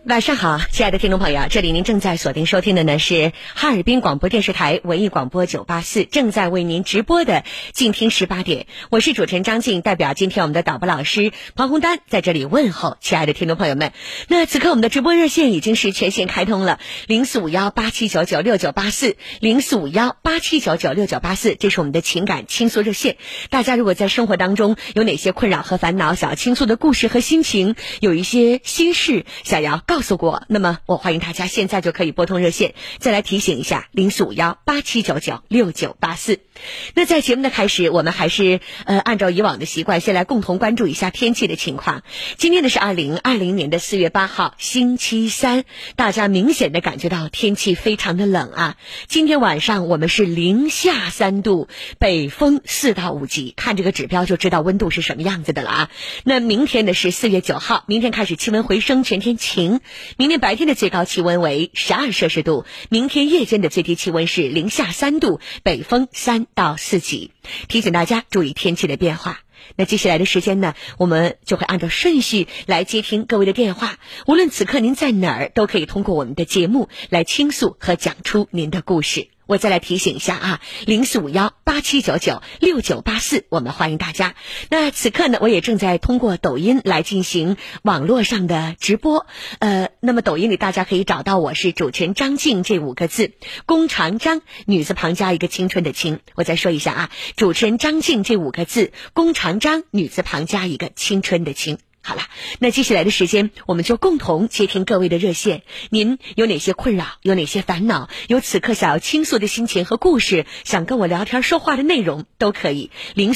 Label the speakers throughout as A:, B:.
A: 晚上好，亲爱的听众朋友，这里您正在锁定收听的呢是哈尔滨广播电视台文艺广播984正在为您直播的静听18点，我是主持人张静，代表今天我们的导播老师庞红丹在这里问候亲爱的听众朋友们。那此刻我们的直播热线已经是全线开通了，045187996984 045187996984，这是我们的情感倾诉热线。大家如果在生活当中有哪些困扰和烦恼，想要倾诉的故事和心情，有一些心事想要告诉过，那么我欢迎大家现在就可以拨通热线。再来提醒一下，045187996984。那在节目的开始，我们还是按照以往的习惯，先来共同关注一下天气的情况。今天呢是2020年的4月8号，星期三，大家明显的感觉到天气非常的冷啊。今天晚上我们是零下3度，北风4到5级，看这个指标就知道温度是什么样子的了啊。那明天呢是4月9号，明天开始气温回升，全天晴。明天白天的最高气温为12摄氏度，明天夜间的最低气温是零下3度，北风3到4级。提醒大家注意天气的变化。那接下来的时间呢，我们就会按照顺序来接听各位的电话，无论此刻您在哪儿，都可以通过我们的节目来倾诉和讲出您的故事。我再来提醒一下啊，045187996984，我们欢迎大家。那此刻呢，我也正在通过抖音来进行网络上的直播。那么抖音里大家可以找到我是主持人张静这5个字，弓长张，女字旁加一个青春的青。我再说一下啊，主持人张静这5个字，弓长张，女字旁加一个青春的青。好了，那接下来的时间我们就共同接听各位的热线。您有哪些困扰，有哪些烦恼，有此刻想要倾诉的心情和故事，想跟我聊天说话的内容都可以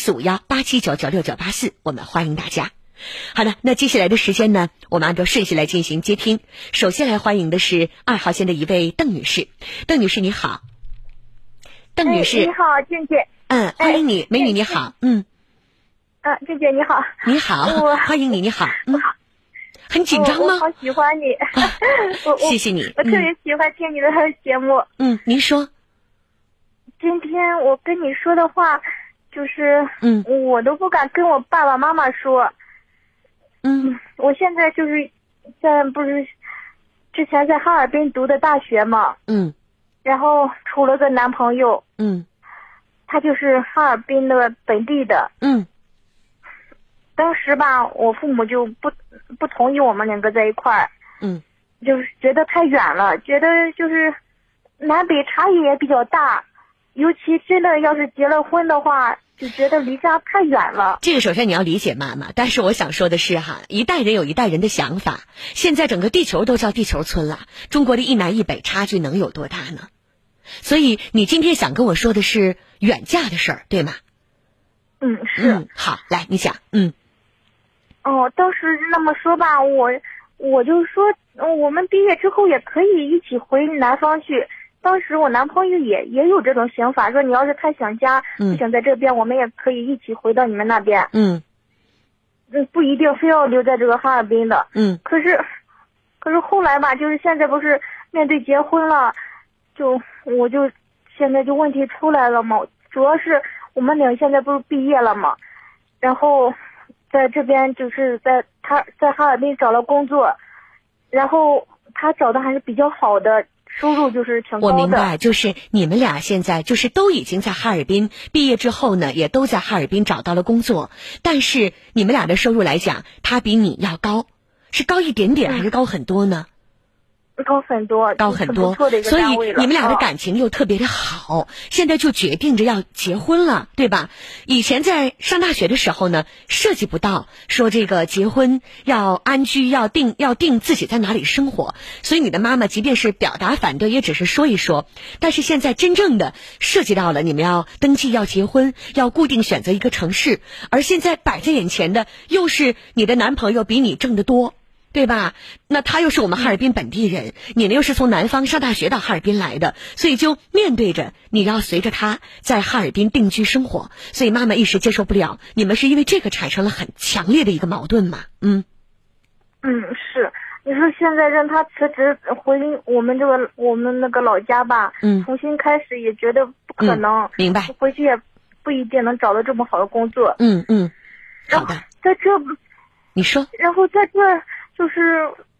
A: ，045187996984，我们欢迎大家。好的，那接下来的时间呢，我们按照顺序来进行接听。首先来欢迎的是2号线的一位邓女士。邓女士你好。邓女士，
B: 你好，静姐。
A: 欢迎你，美女你好。
B: 静姐你好。
A: 你好，欢迎你，你好。很紧张吗？
B: 我好喜欢你。
A: 谢谢你。
B: 我特别喜欢听你的节目。
A: 您说。
B: 今天我跟你说的话，就是我都不敢跟我爸爸妈妈说。我现在就是不是之前在哈尔滨读的大学嘛。然后处了个男朋友。他就是哈尔滨的本地的。当时吧，我父母就不同意我们2个在一块儿。就是觉得太远了，觉得就是南北差异也比较大，尤其真的要是结了婚的话，就觉得离家太远了。
A: 这个首先你要理解妈妈，但是我想说的是哈，一代人有一代人的想法，现在整个地球都叫地球村了，中国的一南一北差距能有多大呢？所以你今天想跟我说的是远嫁的事儿，对吗？
B: 是。
A: 好，来你讲。
B: 当时那么说吧，我就说，我们毕业之后也可以一起回南方去。当时我男朋友也有这种想法，说你要是太想家，不想在这边，我们也可以一起回到你们那边。不一定非要留在这个哈尔滨的。可是后来吧，就是现在不是面对结婚了，我就现在就问题出来了嘛。主要是我们俩现在不是毕业了嘛，然后在这边就是在哈尔滨找了工作，然后他找的还是比较好的，收入就是挺高的。我
A: 明白，就是你们俩现在就是都已经在哈尔滨毕业之后呢，也都在哈尔滨找到了工作，但是你们俩的收入来讲，他比你要高，是高一点点还是高很多呢？
B: 高很多，
A: 所以你们俩的感情又特别的好，现在就决定着要结婚了，对吧？以前在上大学的时候呢，涉及不到说这个结婚要安居，要定自己在哪里生活，所以你的妈妈即便是表达反对，也只是说一说。但是现在真正的涉及到了你们要登记要结婚，要固定选择一个城市，而现在摆在眼前的又是你的男朋友比你挣得多，对吧？那他又是我们哈尔滨本地人，你呢又是从南方上大学到哈尔滨来的，所以就面对着你要随着他在哈尔滨定居生活，所以妈妈一时接受不了，你们是因为这个产生了很强烈的一个矛盾嘛？
B: 是。你说现在让他辞职回我们那个老家吧，重新开始也觉得不可能。
A: 明白。
B: 回去也不一定能找到这么好的工作。
A: 好的。
B: 在这，
A: 你说。
B: 然后在这就是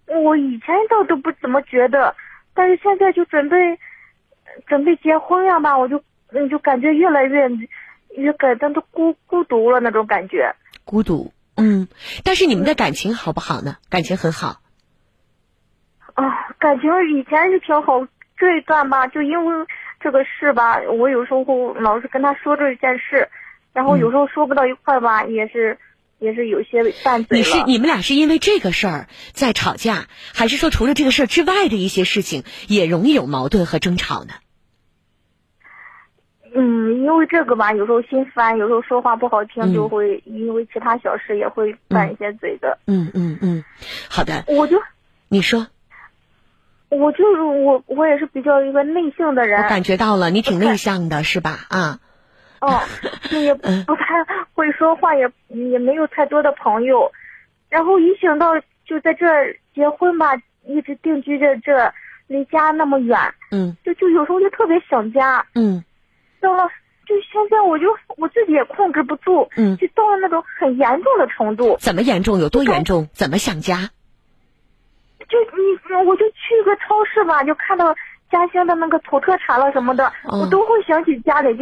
B: 我以前倒都不怎么觉得，但是现在就准备结婚呀吧，我就感觉越来越感到都孤独了那种感觉。
A: 孤独，但是你们的感情好不好呢？感情很好。
B: 感情以前是挺好，这一段吧，就因为这个事吧，我有时候老是跟他说这件事，然后有时候说不到一块吧，也是有些拌嘴了。
A: 你们俩是因为这个事儿在吵架，还是说除了这个事儿之外的一些事情也容易有矛盾和争吵呢？
B: 因为这个吧，有时候心烦，有时候说话不好听，就会因为其他小事也会拌一些嘴的。
A: 好的。你说。
B: 我也是比较一个内向的人。
A: 我感觉到了，你挺内向的是吧？
B: 也不太会说话，也没有太多的朋友。然后一想到就在这儿结婚吧，一直定居在这，离家那么远，就有时候就特别想家。到了就现在我自己也控制不住，就到了那种很严重的程度。
A: 怎么严重？有多严重？怎么想家？
B: 我就去个超市吧，就看到家乡的那个土特产了什么的，我都会想起家里，就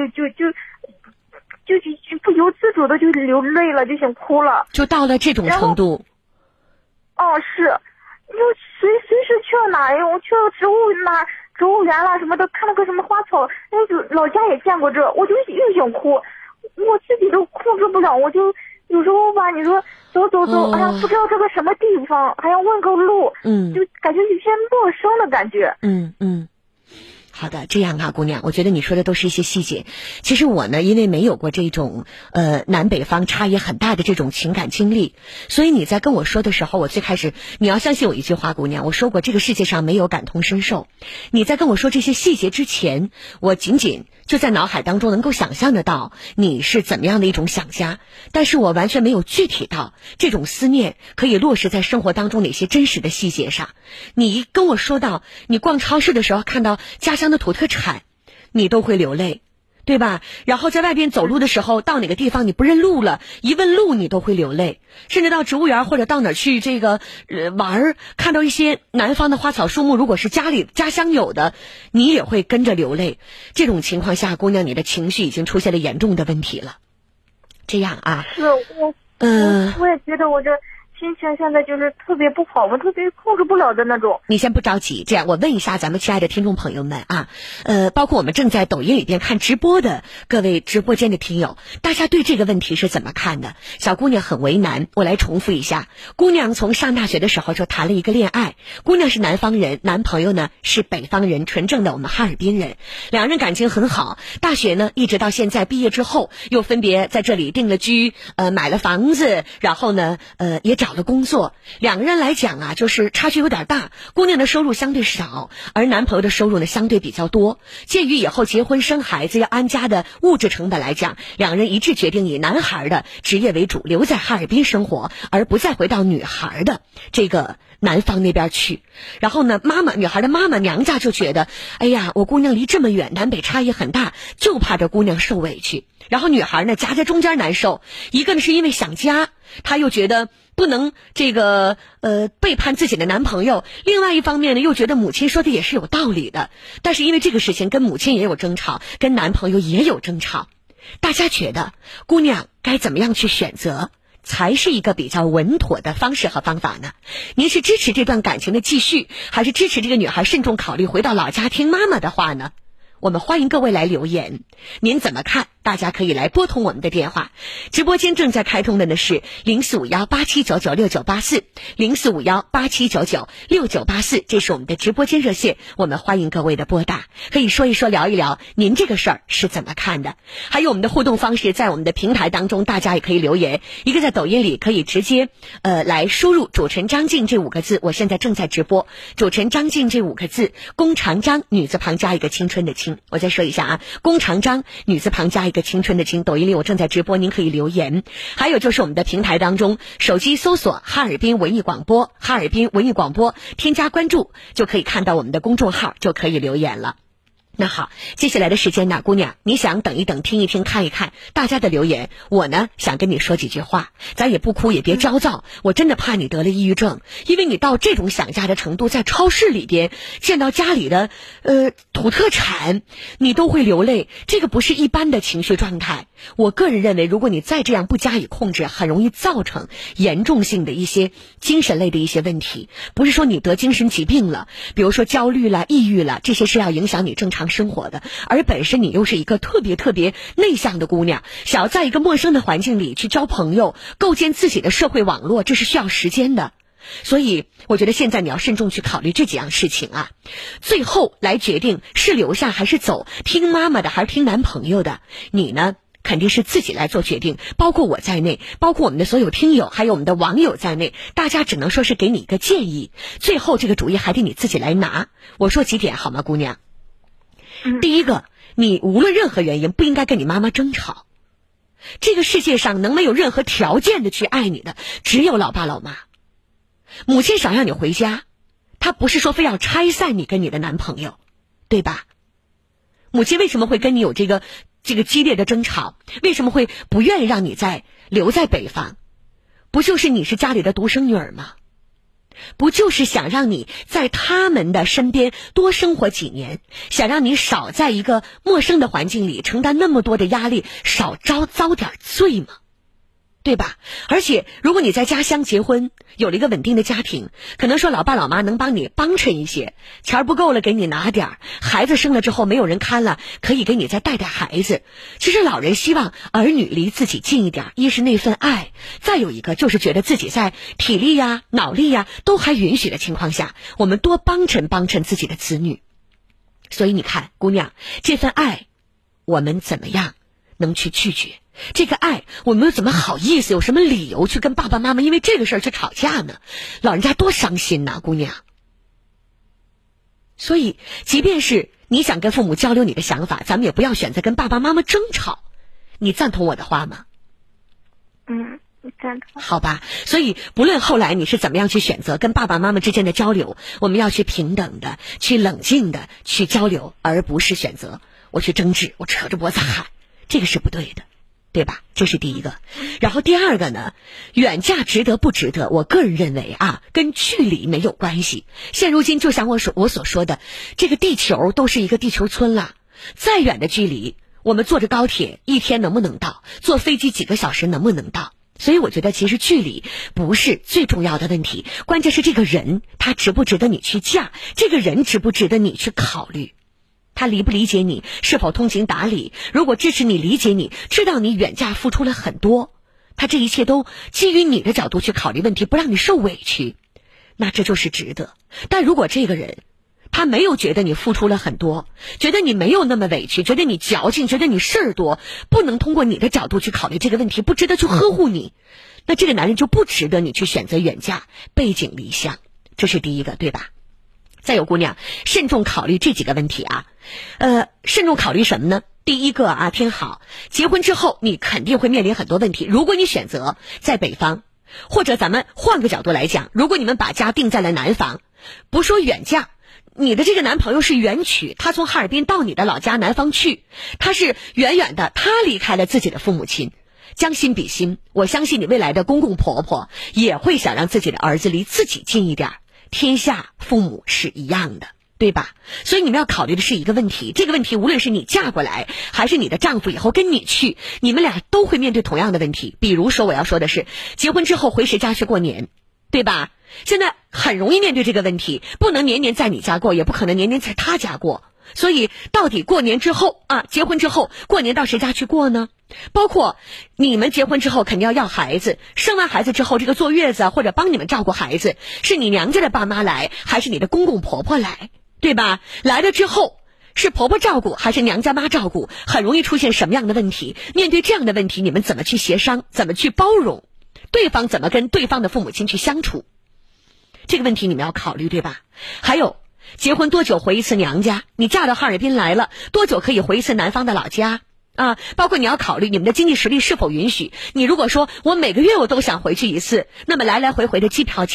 B: 不由自主的就流泪了，就想哭了。就
A: 到了这种程度。
B: 是，就随时去到哪，我去到植物园啦什么的，看了个什么花草，就老家也见过这，我就又想哭，我自己都控制不了，我就有时候吧，你说走，哎呀，不知道这个什么地方，还要问个路，就感觉有些陌生的感觉。
A: 好的，这样啊，姑娘，我觉得你说的都是一些细节。其实我呢，因为没有过这种南北方差异很大的这种情感经历，所以你在跟我说的时候，我最开始你要相信我一句话，姑娘，我说过这个世界上没有感同身受。你在跟我说这些细节之前，我仅仅就在脑海当中能够想象得到你是怎么样的一种想家，但是我完全没有具体到这种思念可以落实在生活当中哪些真实的细节上。你跟我说到你逛超市的时候看到家乡的土特产，你都会流泪，对吧？然后在外边走路的时候，到哪个地方你不认路了，一问路你都会流泪，甚至到植物园或者到哪儿去这个玩，看到一些南方的花草树木，如果是家乡有的，你也会跟着流泪。这种情况下，姑娘，你的情绪已经出现了严重的问题了。这样啊？
B: 是我也觉得我这心情现在就是特别不好，我特别控制不了的那种。
A: 你先不着急，这样我问一下咱们亲爱的听众朋友们啊，包括我们正在抖音里边看直播的各位直播间的听友，大家对这个问题是怎么看的？小姑娘很为难，我来重复一下。姑娘从上大学的时候就谈了一个恋爱，姑娘是南方人，男朋友呢是北方人，纯正的我们哈尔滨人，两人感情很好。大学呢一直到现在毕业之后，又分别在这里定了居，买了房子，然后呢也找了工作。两个人来讲啊，就是差距有点大，姑娘的收入相对少，而男朋友的收入呢相对比较多。鉴于以后结婚生孩子要安家的物质成本来讲，两人一致决定以男孩的职业为主，留在哈尔滨生活，而不再回到女孩的这个南方那边去。然后呢，女孩的妈妈娘家就觉得，哎呀，我姑娘离这么远，南北差异很大，就怕这姑娘受委屈。然后女孩呢夹在中间难受，一个呢是因为想家，她又觉得不能这个背叛自己的男朋友，另外一方面呢又觉得母亲说的也是有道理的，但是因为这个事情跟母亲也有争吵，跟男朋友也有争吵。大家觉得姑娘该怎么样去选择才是一个比较稳妥的方式和方法呢？您是支持这段感情的继续，还是支持这个女孩慎重考虑回到老家听妈妈的话呢？我们欢迎各位来留言，您怎么看？大家可以来拨通我们的电话，直播间正在开通的呢是045187996984 045187996984，这是我们的直播间热线，我们欢迎各位的拨打，可以说一说聊一聊您这个事儿是怎么看的。还有我们的互动方式，在我们的平台当中大家也可以留言，一个在抖音里可以直接来输入主持人张静这5个字，我现在正在直播主持人张静这5个字，弓长张女字旁加一个青春的青，我再说一下啊，弓长张女字旁加一个青春的青，抖音里我正在直播，您可以留言。还有就是我们的平台当中，手机搜索哈尔滨文艺广播，添加关注就可以看到我们的公众号，就可以留言了。 那好，接下来的时间呢，姑娘，你想等一等，听一听，看一看大家的留言。我呢，想跟你说几句话，咱也不哭，也别焦躁。我真的怕你得了抑郁症，因为你到这种想家的程度，在超市里边见到家里的土特产，你都会流泪，这个不是一般的情绪状态。我个人认为，如果你再这样不加以控制，很容易造成严重性的一些精神类的一些问题。不是说你得精神疾病了，比如说焦虑了、抑郁了，这些是要影响你正常生活的，而本身你又是一个特别内向的姑娘，想要在一个陌生的环境里去交朋友，构建自己的社会网络，这是需要时间的。所以我觉得现在你要慎重去考虑这几样事情啊，最后来决定是留下还是走，听妈妈的还是听男朋友的，你呢肯定是自己来做决定，包括我在内，包括我们的所有听友还有我们的网友在内，大家只能说是给你一个建议，最后这个主意还得你自己来拿。我说几点好吗，姑娘？第一个，你无论任何原因不应该跟你妈妈争吵。这个世界上能没有任何条件的去爱你的，只有老爸老妈。母亲想让你回家，她不是说非要拆散你跟你的男朋友，对吧？母亲为什么会跟你有这个激烈的争吵？为什么会不愿意让你留在北方？不就是你是家里的独生女儿吗？不就是想让你在他们的身边多生活几年，想让你少在一个陌生的环境里承担那么多的压力，少遭点罪吗？对吧？而且如果你在家乡结婚，有了一个稳定的家庭，可能说老爸老妈能帮你帮衬一些，钱不够了给你拿点儿，孩子生了之后没有人看了，可以给你再带孩子。其实老人希望儿女离自己近一点，一是那份爱，再有一个就是觉得自己在体力呀、脑力呀都还允许的情况下，我们多帮衬自己的子女。所以你看，姑娘，这份爱我们怎么样能去拒绝？这个爱我们又怎么好意思，有什么理由去跟爸爸妈妈因为这个事儿去吵架呢？老人家多伤心呐，姑娘。所以即便是你想跟父母交流你的想法，咱们也不要选择跟爸爸妈妈争吵。你赞同我的话吗？
B: 赞同。
A: 好吧，所以不论后来你是怎么样去选择跟爸爸妈妈之间的交流，我们要去平等的去冷静的去交流，而不是选择我去争执，我扯着脖子喊，这个是不对的，对吧？这是第一个。然后第二个呢，远嫁值得不值得，我个人认为啊，跟距离没有关系。现如今就像我所说的，这个地球都是一个地球村了，再远的距离，我们坐着高铁一天能不能到，坐飞机几个小时能不能到？所以我觉得其实距离不是最重要的问题，关键是这个人他值不值得你去嫁，这个人值不值得你去考虑。他理不理解你，是否通情达理，如果支持你、理解你，知道你远嫁付出了很多，他这一切都基于你的角度去考虑问题，不让你受委屈，那这就是值得。但如果这个人他没有觉得你付出了很多，觉得你没有那么委屈，觉得你矫情，觉得你事儿多，不能通过你的角度去考虑这个问题，不值得去呵护你，那这个男人就不值得你去选择远嫁，背井离乡。这是第一个，对吧？再有姑娘，慎重考虑这几个问题啊。慎重考虑什么呢？第一个啊，听好，结婚之后你肯定会面临很多问题。如果你选择在北方，或者咱们换个角度来讲，如果你们把家定在了南方，不说远嫁，你的这个男朋友是远娶，他从哈尔滨到你的老家南方去，他是远远的，他离开了自己的父母亲，将心比心，我相信你未来的公公婆婆也会想让自己的儿子离自己近一点，天下父母是一样的，对吧？所以你们要考虑的是一个问题，这个问题无论是你嫁过来，还是你的丈夫以后跟你去，你们俩都会面对同样的问题。比如说我要说的是，结婚之后回谁家去过年，对吧？现在很容易面对这个问题，不能年年在你家过，也不可能年年在他家过。所以到底过年之后啊，结婚之后过年到谁家去过呢？包括你们结婚之后肯定要孩子，生完孩子之后这个坐月子或者帮你们照顾孩子，是你娘家的爸妈来还是你的公公婆婆来，对吧？来了之后是婆婆照顾还是娘家妈照顾，很容易出现什么样的问题？面对这样的问题，你们怎么去协商，怎么去包容，对方怎么跟对方的父母亲去相处，这个问题你们要考虑，对吧？还有结婚多久回一次娘家，你嫁到哈尔滨来了多久可以回一次南方的老家啊？包括你要考虑你们的经济实力是否允许。你如果说我每个月我都想回去一次，那么来来回回的机票钱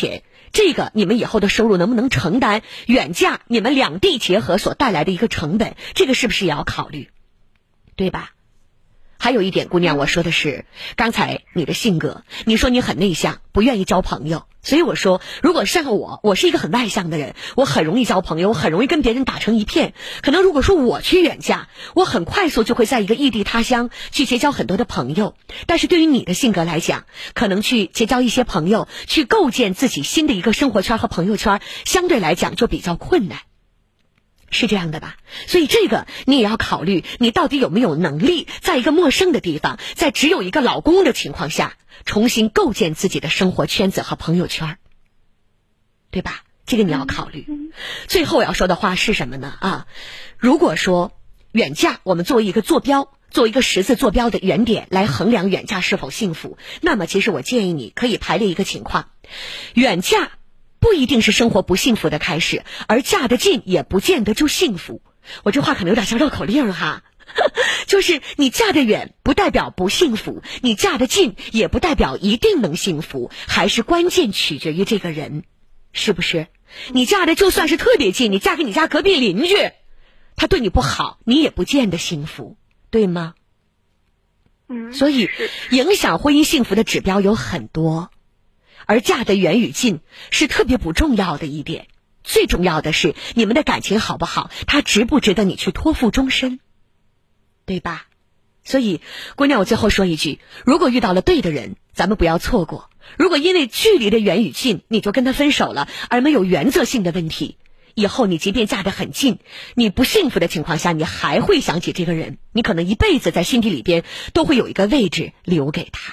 A: 这个你们以后的收入能不能承担远嫁你们两地结合所带来的一个成本，这个是不是也要考虑，对吧？还有一点，姑娘，我说的是刚才你的性格，你说你很内向，不愿意交朋友，所以我说如果像我是一个很外向的人，我很容易交朋友，我很容易跟别人打成一片，可能如果说我去远嫁，我很快速就会在一个异地他乡去结交很多的朋友，但是对于你的性格来讲，可能去结交一些朋友，去构建自己新的一个生活圈和朋友圈，相对来讲就比较困难，是这样的吧？所以这个你也要考虑，你到底有没有能力在一个陌生的地方，在只有一个老公的情况下，重新构建自己的生活圈子和朋友圈，对吧？这个你要考虑。最后我要说的话是什么呢？如果说远嫁，我们作为一个坐标，作为一个十字坐标的原点来衡量远嫁是否幸福，那么其实我建议你可以排列一个情况，远嫁不一定是生活不幸福的开始，而嫁得近也不见得就幸福。我这话可能有点像绕口令哈，就是你嫁得远不代表不幸福，你嫁得近也不代表一定能幸福，还是关键取决于这个人，是不是？你嫁的就算是特别近，你嫁给你家隔壁邻居，他对你不好，你也不见得幸福，对吗？所以影响婚姻幸福的指标有很多，而嫁得远与近是特别不重要的一点，最重要的是你们的感情好不好，他值不值得你去托付终身，对吧？所以姑娘，我最后说一句，如果遇到了对的人，咱们不要错过，如果因为距离的远与近你就跟他分手了，而没有原则性的问题，以后你即便嫁得很近，你不幸福的情况下，你还会想起这个人，你可能一辈子在心底里边都会有一个位置留给他，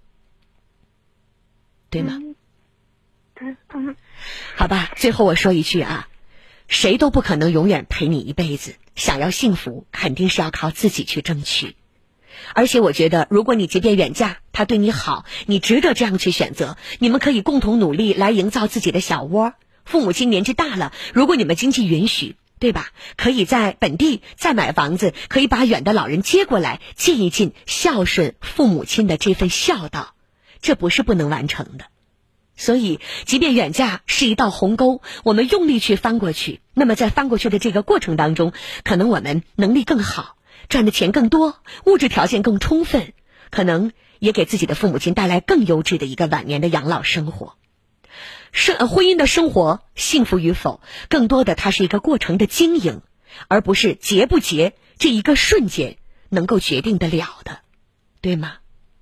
A: 对吗？好吧，最后我说一句谁都不可能永远陪你一辈子，想要幸福肯定是要靠自己去争取。而且我觉得，如果你即便远嫁，他对你好，你值得这样去选择，你们可以共同努力来营造自己的小窝。父母亲年纪大了，如果你们经济允许，对吧？可以在本地再买房子，可以把远的老人接过来，尽一尽孝顺父母亲的这份孝道，这不是不能完成的。所以即便远嫁是一道鸿沟，我们用力去翻过去，那么在翻过去的这个过程当中，可能我们能力更好，赚的钱更多，物质条件更充分，可能也给自己的父母亲带来更优质的一个晚年的养老生活。婚姻的生活幸福与否，更多的它是一个过程的经营，而不是结不结这一个瞬间能够决定得了的，对吗？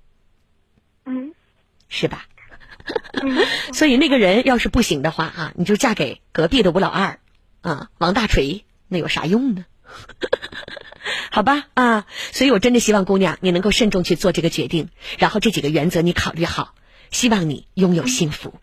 A: 是吧？所以那个人要是不行的话你就嫁给隔壁的吴老二王大锤，那有啥用呢？好吧所以我真的希望姑娘你能够慎重去做这个决定，然后这几个原则你考虑好，希望你拥有幸福。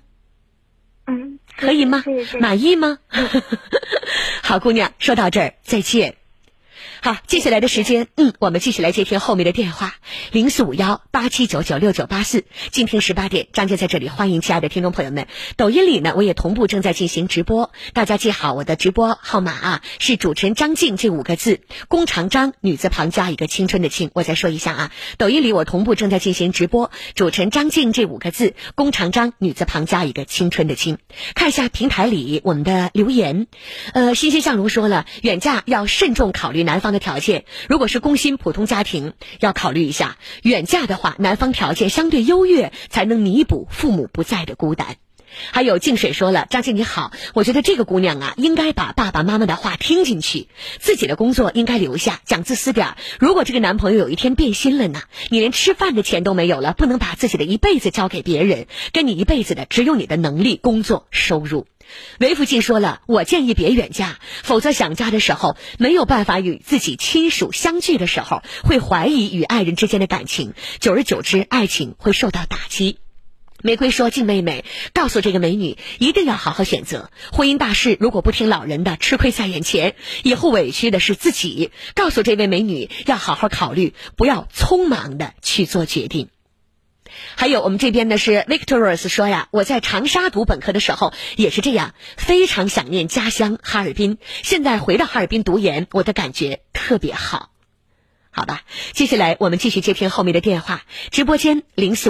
A: 可以吗？满意吗？好，姑娘，说到这儿再见。好，接下来的时间我们继续来接听后面的电话045187996984。静听18点，张姐在这里欢迎亲爱的听众朋友们。抖音里呢，我也同步正在进行直播，大家记好我的直播号码是主持人张静这5个字，弓长张，女字旁加一个青春的青。我再说一下抖音里我同步正在进行直播，主持人张静这5个字，弓长张，女字旁加一个青春的青。看一下平台里我们的留言，欣欣向荣说了，远嫁要慎重考虑男方的条件，如果是工薪普通家庭，要考虑一下远嫁的话，男方条件相对优越，才能弥补父母不在的孤单。还有静水说了，张静你好，我觉得这个姑娘应该把爸爸妈妈的话听进去，自己的工作应该留下，讲自私点，如果这个男朋友有一天变心了呢，你连吃饭的钱都没有了，不能把自己的一辈子交给别人，跟你一辈子的只有你的能力、工作、收入。维福进说了，我建议别远嫁，否则想家的时候没有办法与自己亲属相聚的时候，会怀疑与爱人之间的感情，久而久之爱情会受到打击。玫瑰说，静妹妹告诉这个美女一定要好好选择，婚姻大事如果不听老人的，吃亏在眼前，以后委屈的是自己。告诉这位美女要好好考虑，不要匆忙的去做决定。还有我们这边呢是 Victorious 说呀，我在长沙读本科的时候也是这样，非常想念家乡哈尔滨，现在回到哈尔滨读研，我的感觉特别好。 好吧，接下来我们继续接听后面的电话。直播间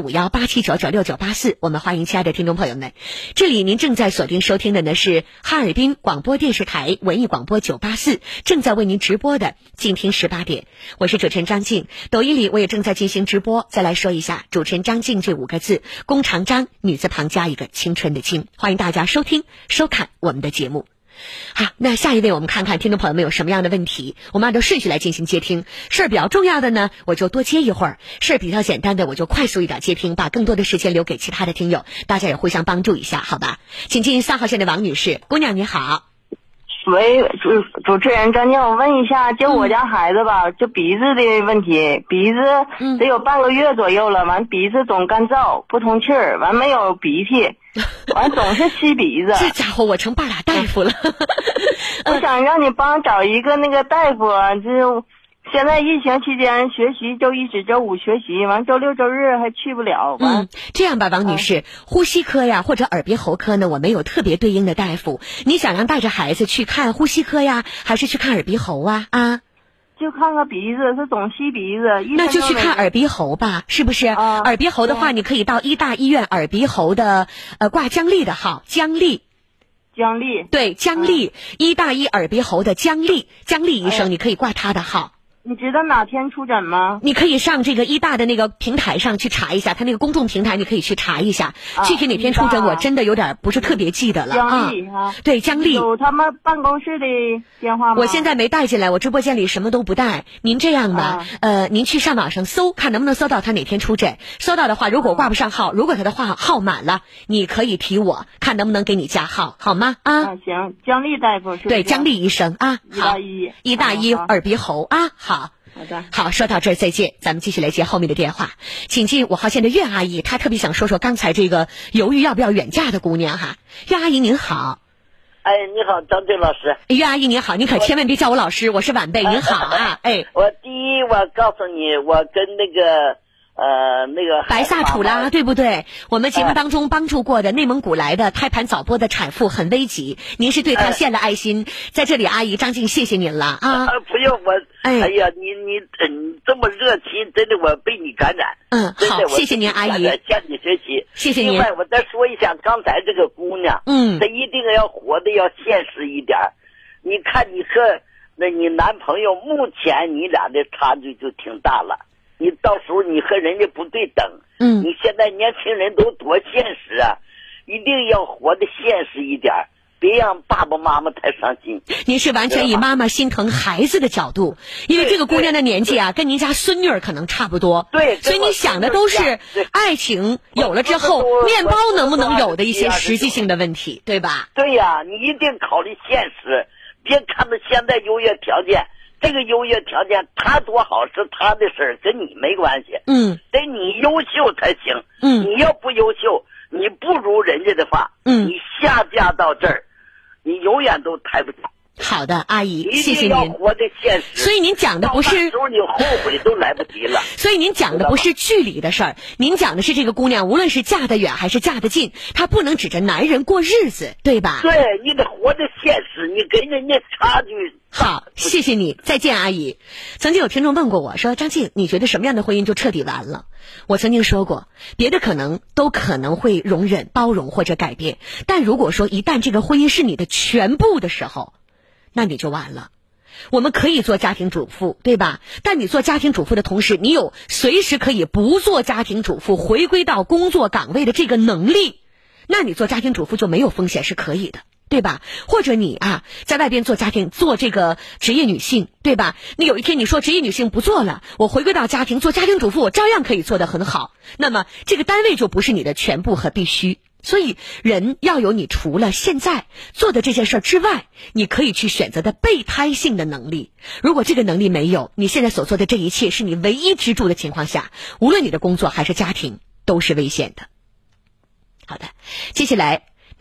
A: 045187996984，我们欢迎亲爱的听众朋友们。这里您正在锁定收听的呢是哈尔滨广播电视台文艺广播984，正在为您直播的静听18点。我是主持人张静，抖音里我也正在进行直播。再来说一下主持人张静这5个字，弓长张，女字旁加一个青春的青。欢迎大家收听收看我们的节目。好，那下一位我们看看听众朋友们有什么样的问题，我们按照顺序来进行接听。事儿比较重要的呢，我就多接一会儿；事儿比较简单的，我就快速一点接听，把更多的时间留给其他的听友，大家也互相帮助一下，好吧？请进3号线的王女士。姑娘你好。
C: 喂，主持人张静，我问一下，就我家孩子吧，就鼻子的问题，鼻子得有半个月左右了，完鼻子总干燥，不通气儿，完没有鼻涕，完总是吸鼻子。
A: 这家伙我成半拉大夫了。
C: 我想让你帮找一个那个大夫，就现在疫情期间学习周1至周5学习，完周6周日还去不了。
A: 这样吧，王女士，呼吸科呀或者耳鼻喉科呢，我们有特别对应的大夫。你想让带着孩子去看呼吸科呀，还是去看耳鼻喉啊？
C: 就看个鼻子，是总吸鼻子。
A: 那就去看耳鼻喉吧，是不是？耳鼻喉的话，你可以到医大医院耳鼻喉的挂姜丽的号，姜丽。对，姜丽，医大医耳鼻喉的姜丽医生，你可以挂他的号。
C: 你知道哪天出诊吗？
A: 你可以上这个医大的那个平台上去查一下，他那个公众平台你可以去查一下，具体哪天出诊我真的有点不是特别记得了。
C: 姜丽
A: 对，姜丽。
C: 有他们办公室的电话吗？
A: 我现在没带进来，我直播间里什么都不带。您这样吧，您去上网上搜，看能不能搜到他哪天出诊。搜到的话，如果挂不上号，如果他的号满了，你可以提我，看能不能给你加号，好吗？
C: 行，姜丽大夫是。
A: 对，姜丽医生啊，好，医大医耳鼻喉啊，好
C: 的，
A: 好，说到这儿再见，咱们继续来接后面的电话。请进5号线的岳阿姨，她特别想说说刚才这个犹豫要不要远嫁的姑娘哈。岳阿姨您好。
D: 你好，张静老师。
A: 岳阿姨您好，您可千万别叫我老师，我是晚辈。您好啊，
D: 我第一，我告诉你，我跟那个
A: 白萨土拉对不对？我们节目当中帮助过的内蒙古来的胎盘早剥的产妇很危急，您是对她献了爱心，在这里阿姨张静谢谢您了啊！
D: 不用我，哎呀，你这么热情，真的我被你感染。
A: 好，谢谢您阿姨，
D: 向你学习，
A: 谢谢您。
D: 另外我再说一下刚才这个姑娘，她一定要活得要现实一点。你看你和你男朋友目前你俩的差距就挺大了。你到时候你和人家不对等，你现在年轻人都多现实啊，一定要活得现实一点，别让爸爸妈妈太伤心。
A: 您是完全以妈妈心疼孩子的角度，因为这个姑娘的年纪啊，跟您家孙女儿可能差不多，
D: 对，
A: 所以你想的都是爱情有了之后，面包能不能有的一些实际性的问题，对吧？
D: 对呀，你一定考虑现实，别看到现在优越条件。这个优越条件他多好是他的事儿，跟你没关系。得你优秀才行。你要不优秀，你不如人家的话，你下嫁到这儿，你永远都抬不起。
A: 好的，阿姨，谢谢您。
D: 一定要活得现实。
A: 所以您讲的不是，
D: 到那时候你后悔都来不及了。
A: 所以您讲的不是距离的事儿，您讲的是这个姑娘，无论是嫁得远还是嫁得近，她不能指着男人过日子，对吧？
D: 对，你得活得现实，你跟人家差距。
A: 好，谢谢你，再见，阿姨。曾经有听众问过我说，张静，你觉得什么样的婚姻就彻底完了？我曾经说过，别的可能都可能会容忍、包容或者改变，但如果说一旦这个婚姻是你的全部的时候，那你就完了。我们可以做家庭主妇，对吧？但你做家庭主妇的同时，你有随时可以不做家庭主妇，回归到工作岗位的这个能力，那你做家庭主妇就没有风险，是可以的，对吧？或者你在外边做家庭，做这个职业女性，对吧？你有一天你说职业女性不做了，我回归到家庭做家庭主妇，我照样可以做得很好，那么这个单位就不是你的全部和必须。所以人要有你除了现在做的这件事之外，你可以去选择的备胎性的能力。如果这个能力没有，你现在所做的这一切是你唯一支柱的情况下，无论你的工作还是家庭都是危险的。好的，接下来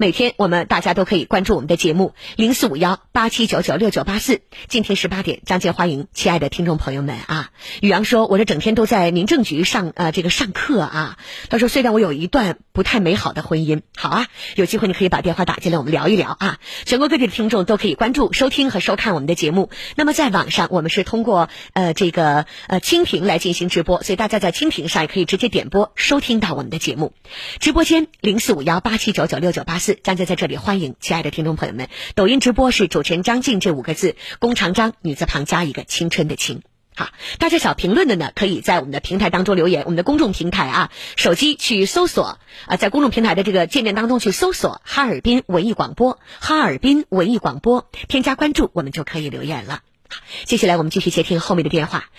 A: 每天我们大家都可以关注我们的节目045187996984，今天18点，张健欢迎亲爱的听众朋友们啊。宇阳说，我这整天都在民政局上课啊。他说，虽然我有一段不太美好的婚姻，好啊，有机会你可以把电话打进来，我们聊一聊啊。全国各地的听众都可以关注、收听和收看我们的节目。那么在网上，我们是通过蜻蜓来进行直播，所以大家在蜻蜓上也可以直接点播收听到我们的节目。直播间045187996984，张健在这里欢迎亲爱的听众朋友们。抖音直播是主持人张静这5个字，弓长张，女字旁加一个青春的青。好，大家想评论的呢，可以在我们的平台当中留言，我们的公众平台啊，手机去搜索在公众平台的这个界面当中去搜索哈尔滨文艺广播，哈尔滨文艺广播，添加关注，我们就可以留言了。接下来我们继续接听后面的电话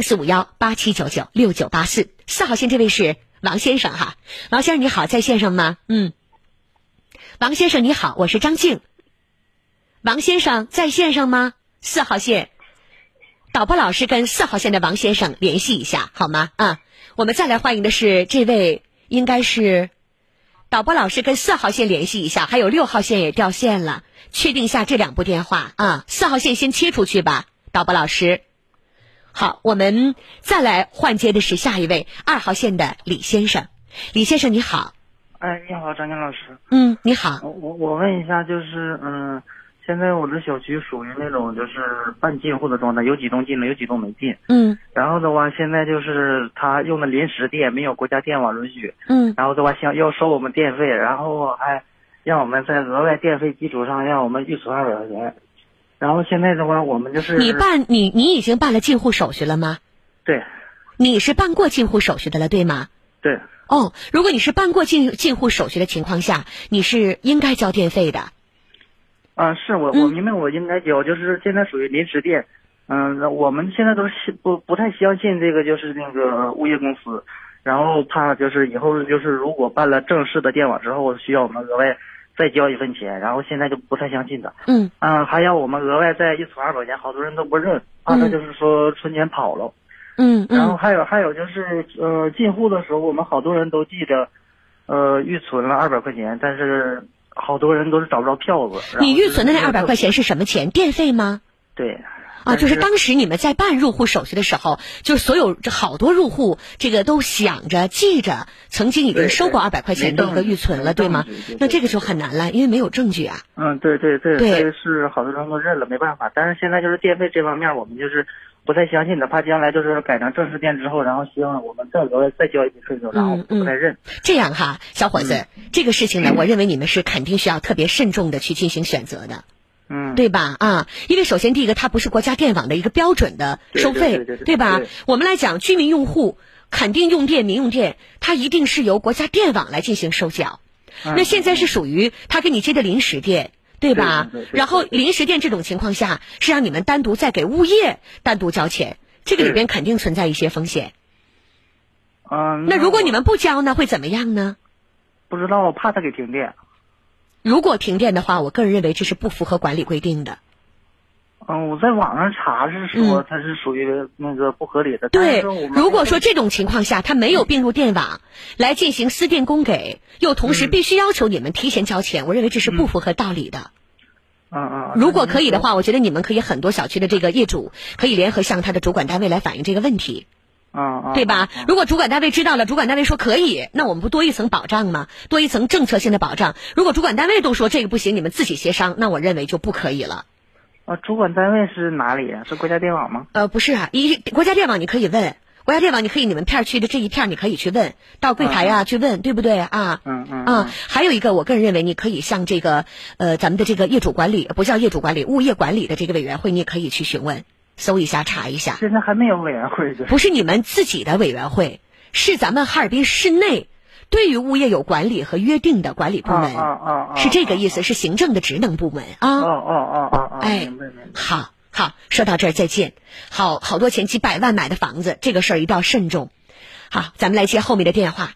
A: ，045187996984，4号线这位是王先生哈，王先生你好，在线上吗？王先生你好，我是张静。王先生在线上吗？4号线，导播老师跟4号线的王先生联系一下好吗？我们再来欢迎的是这位，应该是导播老师跟4号线联系一下，还有6号线也掉线了，确定一下这2部电话啊。4号线先切出去吧，导播老师。好，我们再来换接的是下一位2号线的李先生。李先生你好。
E: 你好，张健老师。
A: 你好。
E: 我问一下，就是现在我的小区属于那种就是半进户的状态，有几栋进了，有几栋没进。然后的话，现在就是他用的临时电，没有国家电网允许。然后的话，要收我们电费，然后还让我们在额外电费基础上让我们预存200块钱。然后现在的话，我们就是
A: 你已经办了进户手续了吗？
E: 对。
A: 你是办过进户手续的了，对吗？
E: 对。
A: 如果你是办过进户手续的情况下，你是应该交电费的。
E: 是我明白，我应该交，就是现在属于临时电。我们现在都不太相信这个就是那个物业公司，然后怕就是以后就是如果办了正式的电网之后，需要我们额外再交1分钱，然后现在就不太相信的。还要我们额外再预存200块钱，好多人都不认，怕他就是说存钱跑了。然后还有就是进户的时候，我们好多人都记着预存了200块钱，但是好多人都是找不着票子。
A: 你预存的那200块钱是什么钱？电费吗？
E: 对。
A: 就是当时你们在办入户手续的时候，就是好多入户这个都想着记着曾经已经收过200块钱的一个预存了，对吗？那这个就很难了，因为没有证据啊。
E: 对，这个是好多人都认了，没办法。但是现在就是电费这方面，我们就是不太相信的，怕将来就是改成正式电之后，然后希望我们再额外再交一笔费用，然后不太认。
A: 这样哈，小伙子，这个事情呢，我认为你们是肯定需要特别慎重的去进行选择的。对吧？因为首先第一个，它不是国家电网的一个标准的收费，对吧？我们来讲，居民用户肯定用电、民用电，它一定是由国家电网来进行收缴。那现在是属于他给你接的临时电，对吧？然后临时电这种情况下，是让你们单独再给物业单独交钱，这个里边肯定存在一些风险。那如果你们不交呢，会怎么样呢？
E: 不知道，怕他给停电。
A: 如果停电的话，我个人认为这是不符合管理规定的。
E: 我在网上查是说它是属于那个不合理的。
A: 对，如果说这种情况下它没有并入电网来进行私电供给，又同时必须要求你们提前交钱，我认为这是不符合道理的。如果可以的话，我觉得你们可以很多小区的这个业主可以联合向他的主管单位来反映这个问题。对吧？如果主管单位知道了，主管单位说可以，那我们不多一层保障吗？多一层政策性的保障。如果主管单位都说这个不行，你们自己协商，那我认为就不可以了。
E: 主管单位是哪里啊？是国家电网吗？
A: 不是啊，国家电网你可以问，国家电网你可以你们片区的这一片你可以去问，到柜台去问，对不对啊？还有一个，我个人认为你可以向这个咱们的这个业主管理，不叫业主管理，物业管理的这个委员会，你也可以去询问。搜一下查一下，
E: 现在还没有委员会，
A: 不是你们自己的委员会，是咱们哈尔滨市内对于物业有管理和约定的管理部门，是这个意思，是行政的职能部门啊。
E: 明白。
A: 好，说到这儿再见。好多钱几百万买的房子，这个事儿一定要慎重。好，咱们来接后面的电话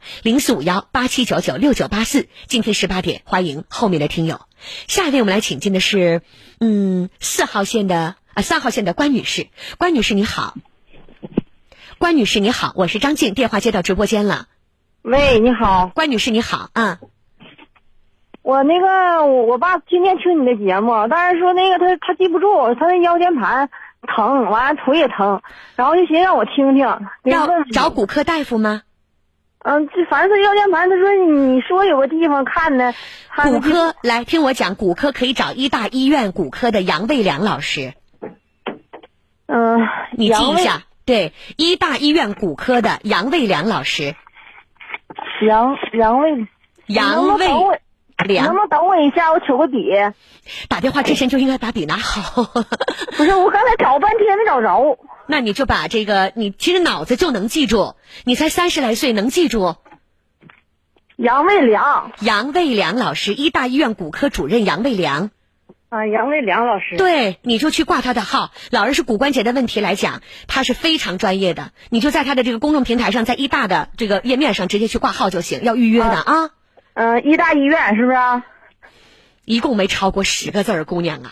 A: ，045187996984，今天18点，欢迎后面的听友。下一位我们来请进的是3号线的关女士。关女士你好。关女士你好，我是张静，电话接到直播间了。
F: 喂，你好。
A: 关女士你好。
F: 我那个我爸今天听你的节目，但是说那个他记不住，他那腰间盘疼，完了腿也疼，然后就寻思让我听听。
A: 要找骨科大夫吗？
F: 这反正是腰间盘，他说你说有个地方看呢。
A: 骨科来听我讲，骨科可以找医大医院骨科的杨卫良老师。你记一下，对，医大医院骨科的杨卫良老师。
F: 杨卫良，
A: 能不
F: 能等我一下？我取个笔。
A: 打电话之前就应该把笔拿好。
F: 不是，我刚才找半天没找着。
A: 那你就把这个，你其实脑子就能记住，你才30来岁能记住。
F: 杨卫良
A: 老师，医大医院骨科主任杨卫良。
F: 杨卫良老师。
A: 对，你就去挂他的号。老人是骨关节的问题来讲，他是非常专业的。你就在他的这个公众平台上，在医大的这个页面上直接去挂号就行，要预约的啊。
F: 医大医院是不是？
A: 一共没超过10个字儿，姑娘啊。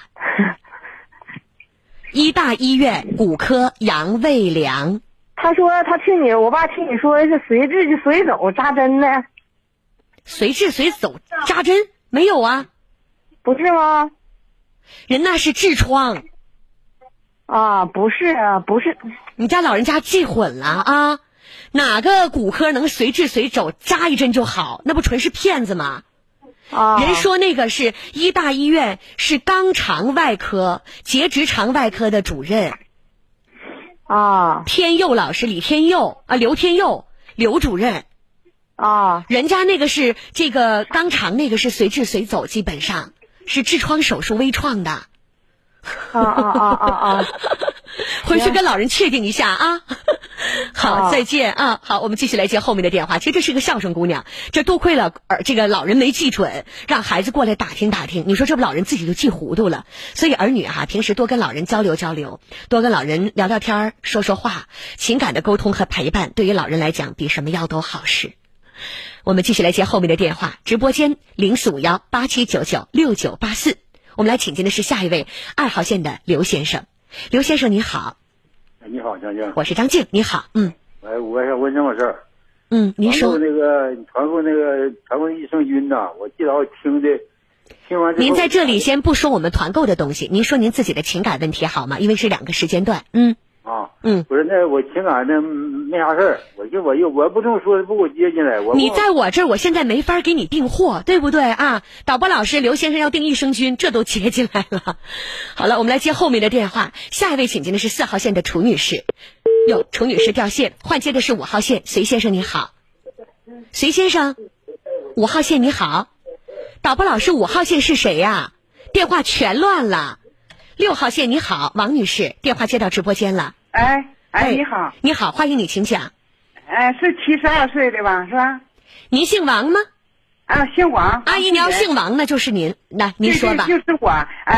A: 医大医院骨科杨卫良。
F: 他说我爸听你说是随治就随走扎针呢。
A: 随治随走扎针没有啊？
F: 不是吗？
A: 人那是痔疮。
F: 不是。
A: 你家老人家记混了啊？哪个骨科能随治随走扎一针就好？那不纯是骗子吗？人说那个是医大医院是肛肠外科结直肠外科的主任。天佑老师，李天佑刘天佑刘主任。人家那个是这个肛肠那个是随治随走，基本上是痔疮手术微创的。回去跟老人确定一下啊。好，再见啊。好，我们继续来接后面的电话。其实这是个孝顺姑娘，这多亏了这个老人没记准，让孩子过来打听打听。你说这不老人自己就记糊涂了。所以儿女平时多跟老人交流交流，多跟老人聊聊天说说话，情感的沟通和陪伴对于老人来讲比什么药都好使。我们继续来接后面的电话，直播间045187996984。我们来请进的是下一位2号线的刘先生。刘先生你好。
G: 你好，江静。
A: 我是张静，你好。
G: 我想问这么事儿。
A: 您说。
G: 传过益生菌呐，我记得我听完之后。
A: 您在这里先不说我们团购的东西，您说您自己的情感问题好吗？因为是2个时间段。
G: 不是，那我情感那没啥事儿，我不这么说，不给我接进来。
A: 你在我这儿，我现在没法给你订货，对不对啊？导播老师，刘先生要订益生菌，这都接进来了。好了，我们来接后面的电话。下一位请进的是4号线的楚女士。楚女士掉线，换接的是5号线，隋先生你好。隋先生，5号线你好。导播老师，5号线是谁呀？电话全乱了。6号线你好，王女士，电话接到直播间了。
H: 你好。
A: 你好，欢迎你，请讲。
H: 是72岁的吧，是吧？
A: 您姓王吗？
H: 姓王。
A: 阿姨，你要姓王，那就是您。那您说吧。
H: 就是我，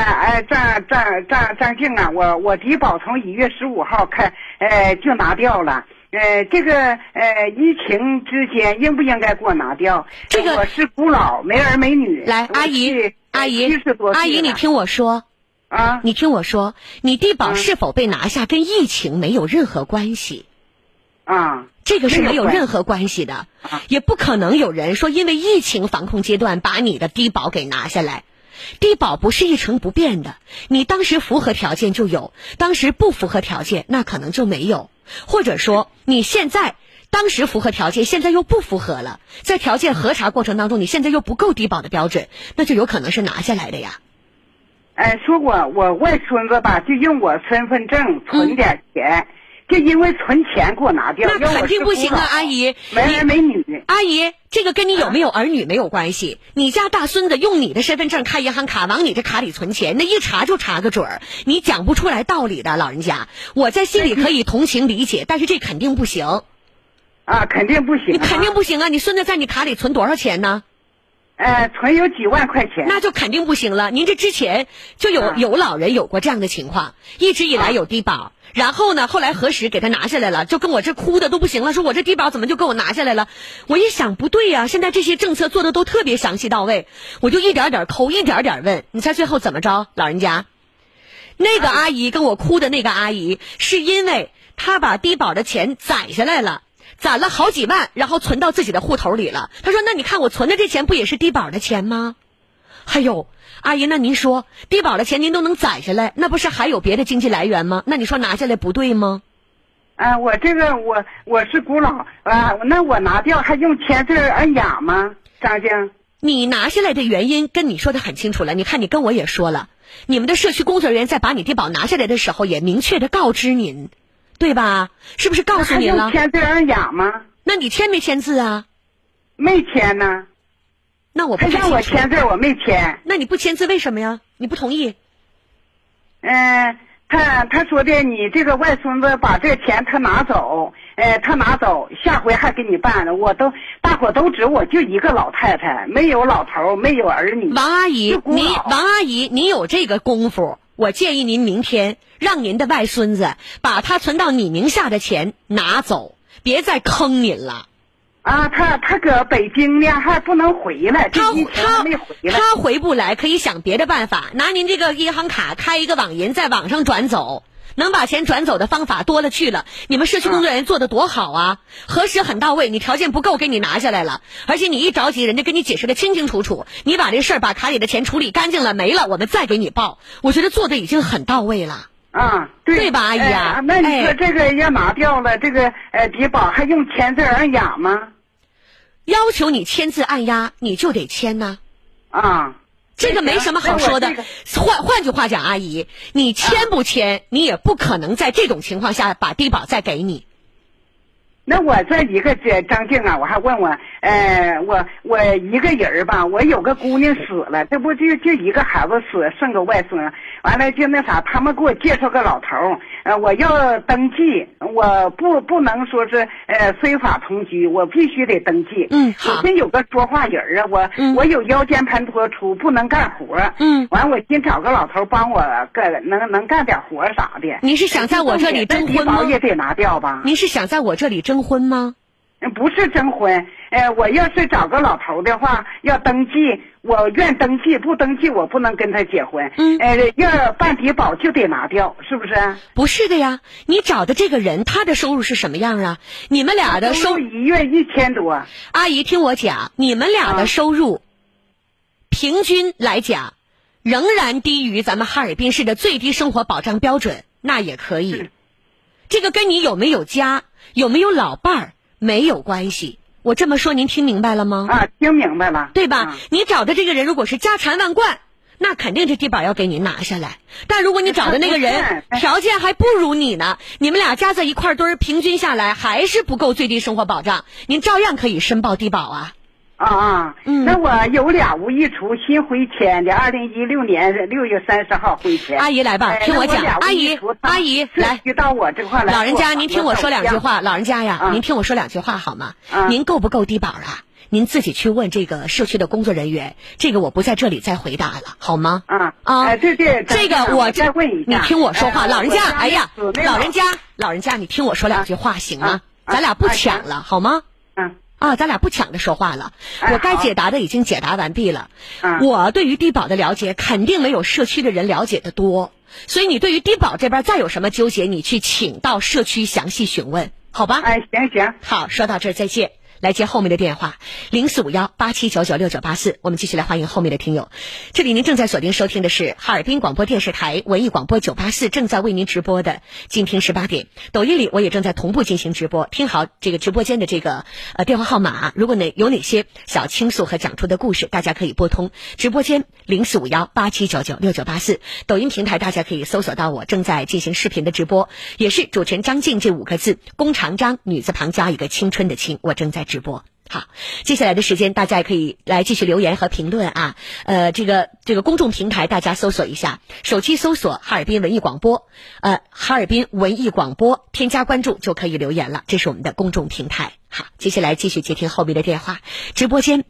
H: 张静啊，我低保从1月15号就拿掉了。这个疫情之间应不应该给我拿掉？
A: 这个
H: 我是孤老，没儿没女。
A: 来，阿姨，
H: 70多岁。
A: 阿姨，你听我说。你听我说，你低保是否被拿下跟疫情没有任何关系。这个是没有任何关系的，也不可能有人说因为疫情防控阶段把你的低保给拿下来。低保不是一成不变的，你当时符合条件就有，当时不符合条件那可能就没有，或者说你现在当时符合条件，现在又不符合了，在条件核查过程当中你现在又不够低保的标准，那就有可能是拿下来的呀。
H: 说我外孙子吧，就用我身份证存点钱，就因为存钱给我拿掉。
A: 那肯定不行啊，阿姨，
H: 没儿没女。
A: 阿姨，这个跟你有没有儿女没有关系。你家大孙子用你的身份证开银行卡，往你这卡里存钱，那一查就查个准儿，你讲不出来道理的，老人家。我在心里可以同情理解，但是这肯定不行。
H: 肯定不行。
A: 你肯定不行啊！你孙子在你卡里存多少钱呢？
H: 存有几万块钱。
A: 那就肯定不行了。您这之前就有老人有过这样的情况，一直以来有低保，然后呢，后来核实给他拿下来了，就跟我这哭的都不行了，说我这低保怎么就给我拿下来了？我一想不对呀，现在这些政策做的都特别详细到位，我就一点点抠，一点点问，你猜最后怎么着？老人家，那个阿姨跟我哭的那个阿姨，是因为她把低保的钱攒下来了。攒了好几万，然后存到自己的户头里了。他说：“那你看我存的这钱不也是低保的钱吗？ 哎呦，阿姨，那您说低保的钱您都能攒下来，那不是还有别的经济来源吗？那你说拿下来不对吗？
H: 我这个我是孤老啊，那我拿掉还用签字按压吗？张静，
A: 你拿下来的原因跟你说的很清楚了，你看你跟我也说了，你们的社区工作人员在把你低保拿下来的时候也明确的告知您，对吧？是不是告诉您了？
H: 还用签字按压吗？
A: 那你签没签字啊？
H: 没签呢。
A: 那我不太清楚。
H: 他让我签字，我没签。
A: 那你不签字为什么呀？你不同意？
H: 他说的你这个外孙子把这钱他拿走，他拿走，下回还给你办了。大伙都知我就一个老太太，没有老头，没有儿女。
A: 王阿姨，你有这个功夫，我建议您明天让您的外孙子把他存到你名下的钱拿走，别再坑您了。
H: 啊，他搁北京呢，还不能回来，
A: 他
H: 没回来。
A: 他回不来，可以想别的办法，拿您这个银行卡开一个网银，在网上转走，能把钱转走的方法多了去了。你们社区工作人员做的多好啊，核实很到位，你条件不够给你拿下来了，而且你一着急，人家跟你解释的清清楚楚，你把这事儿把卡里的钱处理干净了没了，我们再给你报，我觉得做的已经很到位了。
H: 啊，
A: 对吧，阿姨啊？
H: 那你说这个要拿掉了，这个低保还用签字按压吗？
A: 要求你签字按压，你就得签呐。
H: 啊，
A: 这个没什么好说的。换句话讲，阿姨，你签不签，你也不可能在这种情况下把低保再给你。
H: 那我这一个张静啊，我还问问，我一个人吧，我有个姑娘死了，这不就一个孩子死，剩个外孙，完了就那啥，他们给我介绍个老头，我要登记，我不能说是非法同居，我必须得登记。
A: 好。
H: 我先有个说话人啊，我有腰间盘突出，不能干活。完我先找个老头帮我能干点活啥的。
A: 你是想在我这里征婚吗？
H: 低保也得拿掉吧？
A: 你是想在我这里征婚吗？
H: 不是征婚，我要是找个老头的话，要登记，我愿登记，不登记我不能跟他结婚。要办低保就得拿掉，是不是？
A: 不是的呀，你找的这个人他的收入是什么样啊？你们俩的
H: 收入1月1000多。
A: 阿姨听我讲，你们俩的收入，平均来讲，仍然低于咱们哈尔滨市的最低生活保障标准，那也可以。这个跟你有没有家，有没有老伴儿没有关系。我这么说您听明白了吗？
H: 啊，听明白了，
A: 对吧？你找的这个人如果是家财万贯，那肯定这低保要给您拿下来。但如果你找的那个人条件还不如你呢，你们俩加在一块堆儿，平均下来还是不够最低生活保障，您照样可以申报低保啊。
H: 那我有俩无一出新回迁的，2016年6月30号回迁。
A: 阿姨来吧，听我讲。阿姨来，
H: 到我这块来。
A: 老人家，您听我说两句话。老人家呀，您听我说两句话好吗？您够不够低保啊？您自己去问这个社区的工作人员，这个我不在这里再回答了，好吗？这个我
H: 再问一下，
A: 你听我说话。老人家，哎呀，老人家，你听我说两句话行吗？咱俩不抢了，好吗？咱俩不抢着说话了。我该解答的已经解答完毕了。我对于低保的了解肯定没有社区的人了解的多，所以你对于低保这边再有什么纠结，你去请到社区详细询问，好吧？
H: 行。
A: 好，说到这儿再见。来接后面的电话，045187996984，我们继续来欢迎后面的听友。这里您正在锁定收听的是哈尔滨广播电视台文艺广播984正在为您直播的今天18点。抖音里我也正在同步进行直播，听好这个直播间的这个电话号码，如果有哪些小倾诉和讲出的故事，大家可以拨通直播间045187996984。抖音平台大家可以搜索到我正在进行视频的直播，也是主持人张静这5个字，弓长张，女字旁加一个青春的青，我正在直播。好，接下来的时间大家也可以来继续留言和评论啊。这个公众平台大家搜索一下，手机搜索哈尔滨文艺广播，哈尔滨文艺广播，添加关注就可以留言了，这是我们的公众平台。好，接下来继续接听后面的电话，直播间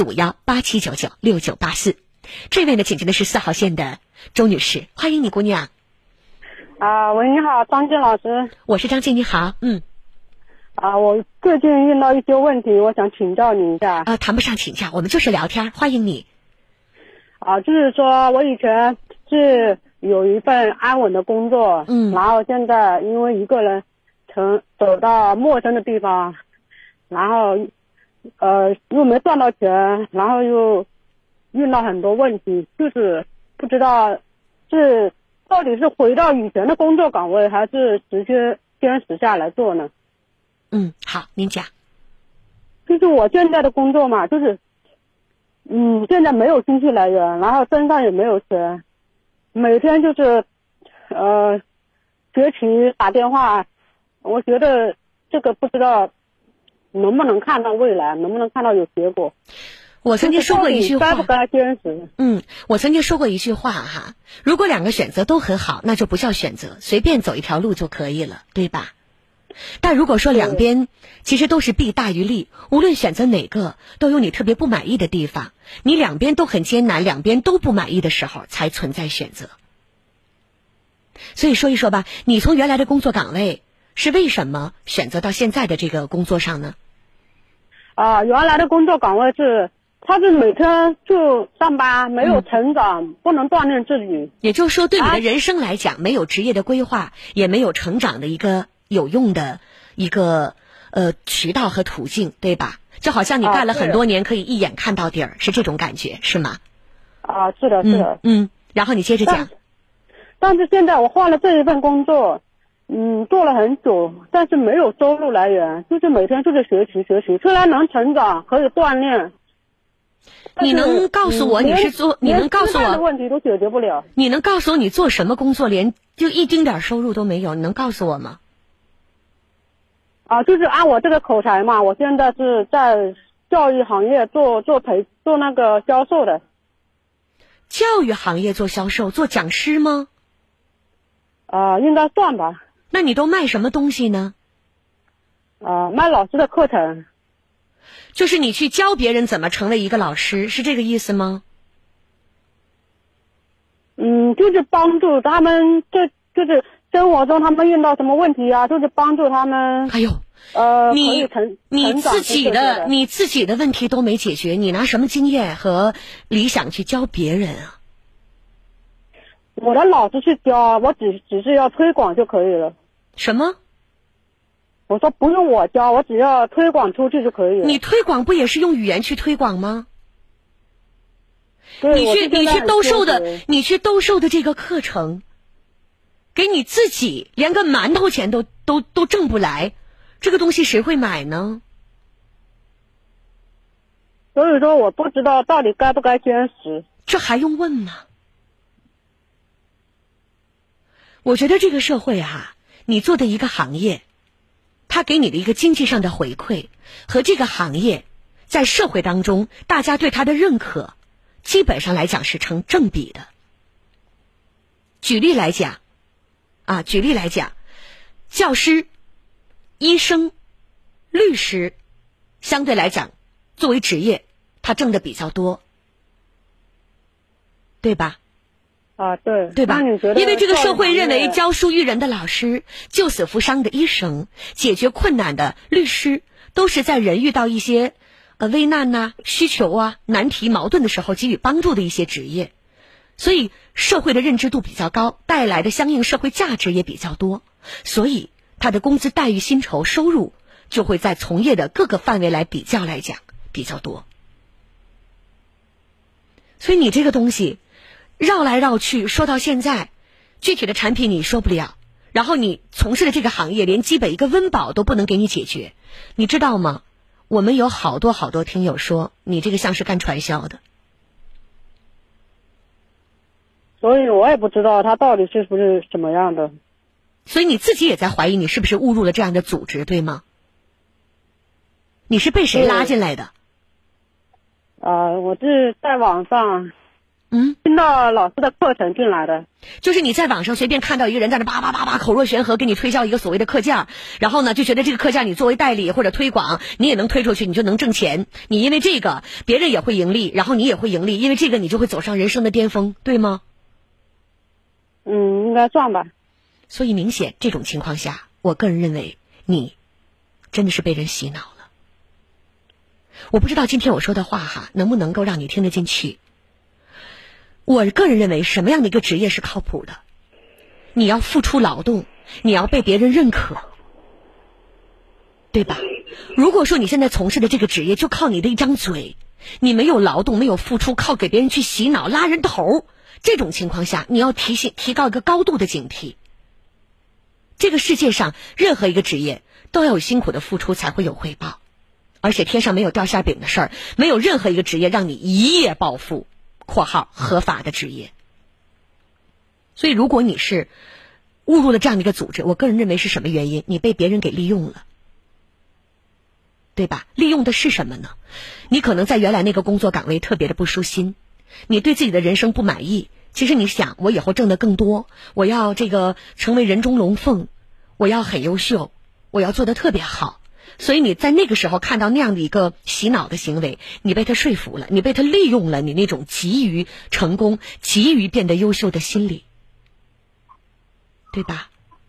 A: 045187996984。这位呢，请进的是4号线的周女士，欢迎你，姑娘。
I: 喂，你好，张静老师。
A: 我是张静，你好。
I: 我最近遇到一些问题，我想请教你一下。
A: 谈不上请教，我们就是聊天，欢迎你。
I: 就是说我以前是有一份安稳的工作，然后现在因为一个人走到陌生的地方，然后又没赚到钱，然后又遇到很多问题，就是不知道是到底是回到以前的工作岗位，还是直接坚持下来做呢？
A: 好，您讲。
I: 就是我现在的工作嘛，就是现在没有经济来源，然后身上也没有钱，每天就是学习打电话，我觉得这个不知道能不能看到未来，能不能看到有结果。
A: 我曾经说过一句话，
I: 该不该坚持？
A: 我曾经说过一句话哈，如果两个选择都很好，那就不叫选择，随便走一条路就可以了，对吧？但如果说两边其实都是弊大于利，无论选择哪个都有你特别不满意的地方，你两边都很艰难，两边都不满意的时候才存在选择。所以说一说吧，你从原来的工作岗位是为什么选择到现在的这个工作上呢？
I: 原来的工作岗位是他是每天就上班，没有成长，不能锻炼自己。
A: 也就是说对你的人生来讲，没有职业的规划，也没有成长的一个有用的一个渠道和途径，对吧？就好像你干了很多年可以一眼看到底儿，是这种感觉是吗？
I: 是的是的。
A: 然后你接着讲。
I: 但是现在我换了这一份工作，做了很久，但是没有收入来源，就是每天就是学习，虽然能成长可以锻炼。
A: 你能告诉我你是做？你能告诉我
I: 的问题都解决不了？
A: 你能告诉我你做什么工作，连就一丁点收入都没有？你能告诉我吗？
I: 就是按我这个口才嘛，我现在是在教育行业做那个销售的。
A: 教育行业做销售，做讲师吗？
I: 应该算吧。
A: 那你都卖什么东西呢？
I: 卖老师的课程。
A: 就是你去教别人怎么成为一个老师，是这个意思吗？
I: 就是帮助他们，就是生活中他们遇到什么问题啊，就是帮助他们。
A: 哎呦，你自己的问题都没解决，你拿什么经验和理想去教别人啊？
I: 我的老师去教，我只是要推广就可以了。
A: 什么？
I: 我说不用我教，我只要推广出去就可以了。
A: 你推广不也是用语言去推广吗？
I: 对，
A: 你去兜售的这个课程，给你自己连个馒头钱都挣不来，这个东西谁会买呢？
I: 所以说我不知道到底该不该坚持。
A: 这还用问吗？我觉得这个社会你做的一个行业，它给你的一个经济上的回馈和这个行业在社会当中大家对它的认可，基本上来讲是成正比的。举例来讲，教师、医生、律师，相对来讲作为职业他挣的比较多，对吧？对吧？因为这个社会认为教书育人的老师、救死扶伤的医生、解决困难的律师，都是在人遇到一些危难需求难题矛盾的时候给予帮助的一些职业，所以社会的认知度比较高，带来的相应社会价值也比较多，所以他的工资待遇薪酬收入就会在从业的各个范围来比较来讲比较多。所以你这个东西绕来绕去，说到现在具体的产品你说不了，然后你从事的这个行业连基本一个温饱都不能给你解决，你知道吗？我们有好多听友说你这个像是干传销的。
I: 所以我也不知道他到底是不是什么样的。
A: 所以你自己也在怀疑你是不是误入了这样的组织，对吗？你是被谁拉进来的？
I: 我是在网上听到老师的课程进来的。
A: 就是你在网上随便看到一个人在那叭口若悬河给你推销一个所谓的课件，然后呢就觉得这个课件你作为代理或者推广你也能推出去，你就能挣钱，你因为这个别人也会盈利，然后你也会盈利，因为这个你就会走上人生的巅峰，对吗？
I: 应该算吧。
A: 所以明显这种情况下，我个人认为你真的是被人洗脑了。我不知道今天我说的话能不能够让你听得进去。我个人认为什么样的一个职业是靠谱的？你要付出劳动，你要被别人认可，对吧？如果说你现在从事的这个职业就靠你的一张嘴， 你没有劳动，没有付出，靠给别人去洗脑拉人头，这种情况下你要提高一个高度的警惕。这个世界上任何一个职业都要有辛苦的付出才会有回报，而且天上没有掉馅饼的事儿，没有任何一个职业让你一夜暴富（括号合法的职业）。所以如果你是误入了这样的一个组织，我个人认为是什么原因？你被别人给利用了，对吧？利用的是什么呢？你可能在原来那个工作岗位特别的不舒心，你对自己的人生不满意，其实你想我以后挣得更多，我要这个成为人中龙凤，我要很优秀，我要做得特别好。所以你在那个时候看到那样的一个洗脑的行为，你被他说服了，你被他利用了你那种急于成功、急于变得优秀的心理，对吧？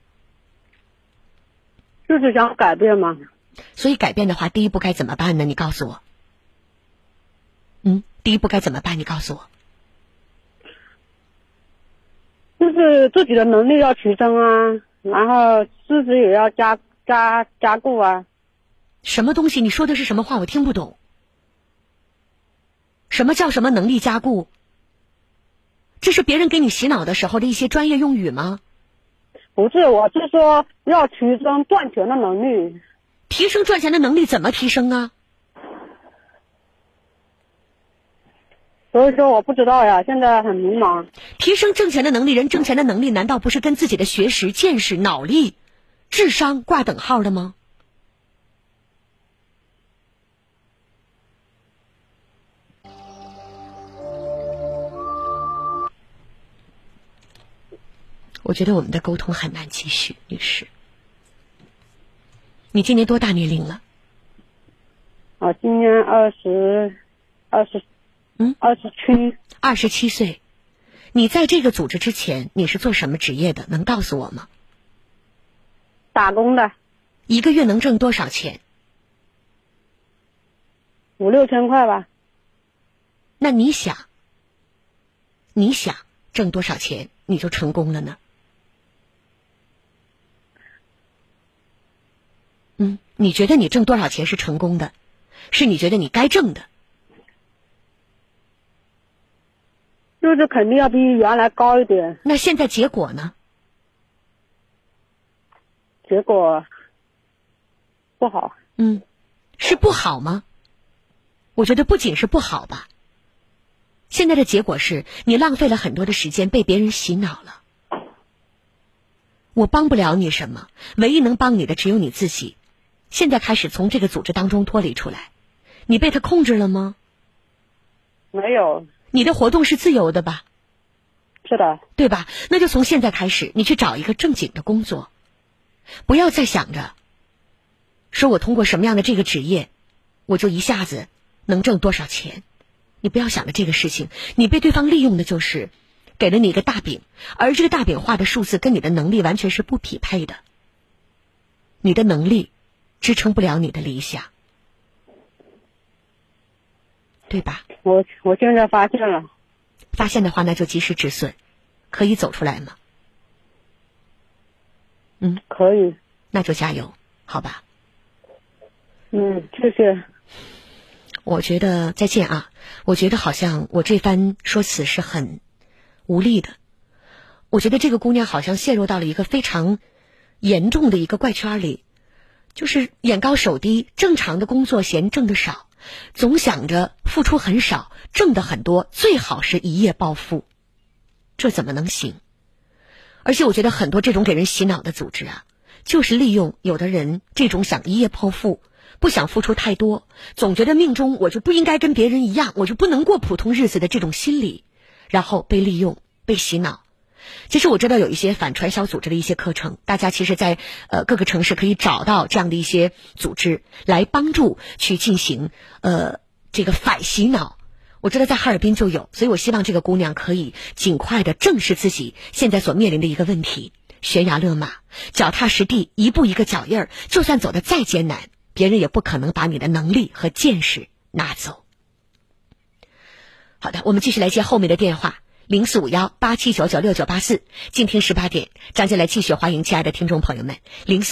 I: 就是想改变嘛。
A: 所以改变的话，第一步该怎么办呢？你告诉我。第一步该怎么办？你告诉我。
I: 就是自己的能力要提升啊，然后知识也要加固啊。
A: 什么东西？你说的是什么话？我听不懂。什么叫什么能力加固？这是别人给你洗脑的时候的一些专业用语吗？
I: 不是，我是说要提升赚钱的能力。
A: 提升赚钱的能力怎么提升啊？
I: 所以说我不知道呀，现在很迷茫。
A: 提升挣钱的能力，人挣钱的能力难道不是跟自己的学识、见识、脑力、智商挂等号的吗？我觉得我们的沟通很难继续，女士。你今年多大年龄了？
I: 今年
A: 27岁。你在这个组织之前，你是做什么职业的？能告诉我吗？
I: 打工的。
A: 一个月能挣多少钱
I: ？5、6千块吧。
A: 那你想挣多少钱你就成功了呢？你觉得你挣多少钱是成功的？是你觉得你该挣的？
I: 就是肯定要比原来高一点。
A: 那现在结果呢？
I: 结果不好。
A: 是不好吗？我觉得不仅是不好吧。现在的结果是你浪费了很多的时间，被别人洗脑了。我帮不了你什么，唯一能帮你的只有你自己。现在开始从这个组织当中脱离出来。你被他控制了吗？
I: 没有。
A: 你的活动是自由的吧？
I: 是的。
A: 对吧？那就从现在开始，你去找一个正经的工作，不要再想着说我通过什么样的这个职业我就一下子能挣多少钱。你不要想着这个事情，你被对方利用的就是给了你一个大饼，而这个大饼画的数字跟你的能力完全是不匹配的。你的能力支撑不了你的理想，对吧？
I: 我现在发现了。
A: 发现的话，那就及时止损。可以走出来吗？
I: 可以。
A: 那就加油，好吧？
I: 谢谢。
A: 我觉得再见啊！我觉得好像我这番说辞是很无力的。我觉得这个姑娘好像陷入到了一个非常严重的一个怪圈里，就是眼高手低，正常的工作嫌挣得少，总想着付出很少，挣得很多，最好是一夜暴富，这怎么能行？而且我觉得很多这种给人洗脑的组织啊，就是利用有的人这种想一夜暴富，不想付出太多，总觉得命中我就不应该跟别人一样，我就不能过普通日子的这种心理，然后被利用、被洗脑。其实我知道有一些反传销组织的一些课程，大家其实在各个城市可以找到这样的一些组织来帮助去进行这个反洗脑。我知道在哈尔滨就有，所以我希望这个姑娘可以尽快的正视自己现在所面临的一个问题，悬崖勒马，脚踏实地，一步一个脚印儿，就算走得再艰难，别人也不可能把你的能力和见识拿走。好的，我们继续来接后面的电话。 045187996984，静听18点，张姐来继续欢迎亲爱的听众朋友们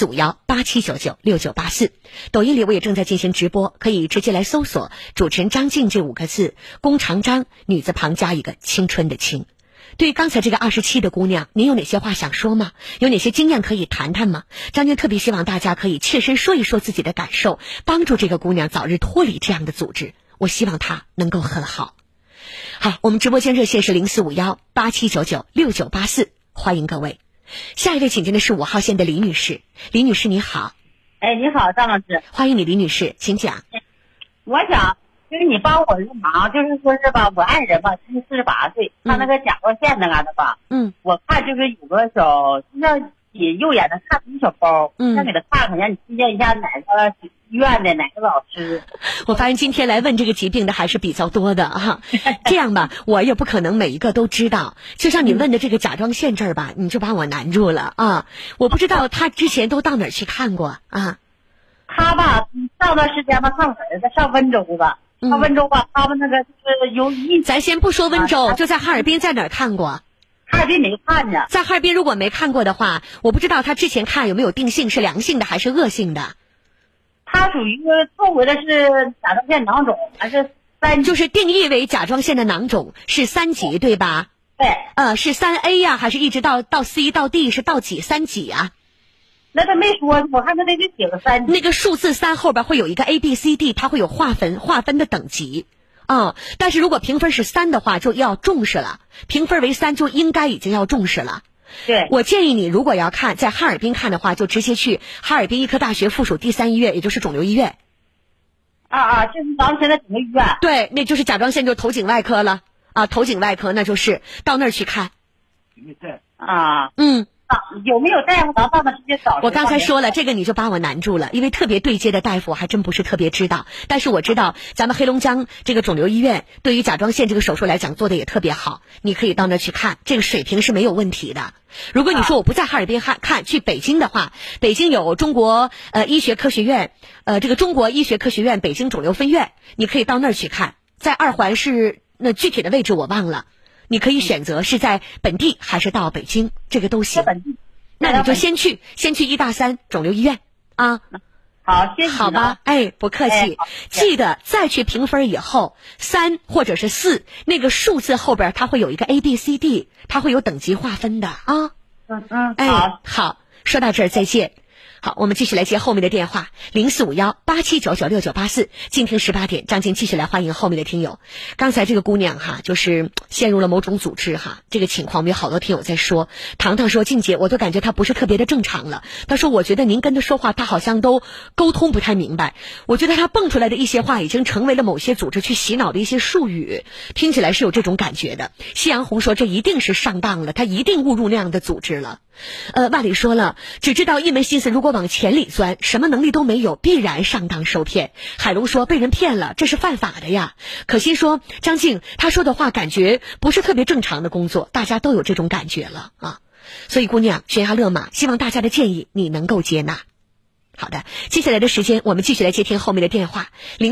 A: ，045187996984。抖音里我也正在进行直播，可以直接来搜索主持人张静这5个字，弓长张，女字旁加一个青春的青。对于刚才这个27的姑娘，您有哪些话想说吗？有哪些经验可以谈谈吗？张静特别希望大家可以切身说一说自己的感受，帮助这个姑娘早日脱离这样的组织。我希望她能够很好。好，我们直播间热线是045187996984，欢迎各位。下一位请进的是5号线的李女士。李女士你好。
J: 哎，你好，张老师。
A: 欢迎你，李女士，请讲。
J: 我想就是你帮我个忙，就是说是吧，我爱人吧，今年48岁，他那个甲状腺那嘎达吧，我看就是有个小，像你右眼的看一小包，想给他看看，让你推荐一下哪个医院的哪个老师。
A: 我发现今天来问这个疾病的还是比较多的哈。这样吧，我也不可能每一个都知道，就像你问的这个甲状腺这儿吧，你就把我难住了啊！我不知道他之前都到哪儿去看过啊？
J: 他吧，上段时间吧，上哪儿？他上温州吧。上温州吧，他们那个就是有一，
A: 咱先不说温州，就在哈尔滨，在哪儿看过？
J: 哈尔滨没看呢。
A: 在哈尔滨如果没看过的话，我不知道他之前看有没有定性，是良性的还是恶性的？
J: 他属于做回的是甲状腺囊肿，还是3？
A: 就是定义为甲状腺的囊肿是3级，对吧？
J: 对。
A: 是3A 呀，还是一直到 C 到 D 是到几3级啊？
J: 那他没说，我看他那就写个3。
A: 那个数字3后边会有一个 A、B、C、D， 它会有划分的等级啊。但是如果评分是3的话，就要重视了。评分为3就应该已经要重视了。
J: 对，
A: 我建议你如果要看在哈尔滨看的话，就直接去哈尔滨医科大学附属第3医院，也就是肿瘤医院。
J: 就是咱们现在肿瘤医院。
A: 对，那就是甲状腺就头颈外科了啊，头颈外科那就是到那儿去看。
J: 有没有大夫能帮他直接找？
A: 我刚才说了，这个你就把我难住了，因为特别对接的大夫我还真不是特别知道。但是我知道咱们黑龙江这个肿瘤医院对于甲状腺这个手术来讲做的也特别好，你可以到那去看，这个水平是没有问题的。如果你说我不在哈尔滨看，去北京的话，北京有中国医学科学院，这个中国医学科学院北京肿瘤分院，你可以到那儿去看。在2环是那具体的位置我忘了。你可以选择是在本地还是到北京，这个都行。那你就先去医大3肿瘤医院啊。
J: 好，谢谢你。
A: 好吧，哎，不客气。记得再去评分以后，3或者是4，那个数字后边它会有一个 A、B、C、D， 它会有等级划分的啊。好，说到这儿再见。好，我们继续来接后面的电话，045187996984，静听18点，张静继续来欢迎后面的听友。刚才这个姑娘哈，就是陷入了某种组织哈，这个情况我们有好多听友在说。糖糖说，静姐，我都感觉她不是特别的正常了。她说，我觉得您跟她说话，她好像都沟通不太明白。我觉得她蹦出来的一些话，已经成为了某些组织去洗脑的一些术语，听起来是有这种感觉的。夕阳红说，这一定是上当了，她一定误入那样的组织了。万里说了，只知道一门心思，如果往钱里钻，什么能力都没有，必然上当受骗。海龙说，被人骗了，这是犯法的呀。可心说，张静她说的话感觉不是特别正常的工作，大家都有这种感觉了啊。所以姑娘悬崖勒马，希望大家的建议你能够接纳。好的，接下来的时间我们继续来接听后面的电话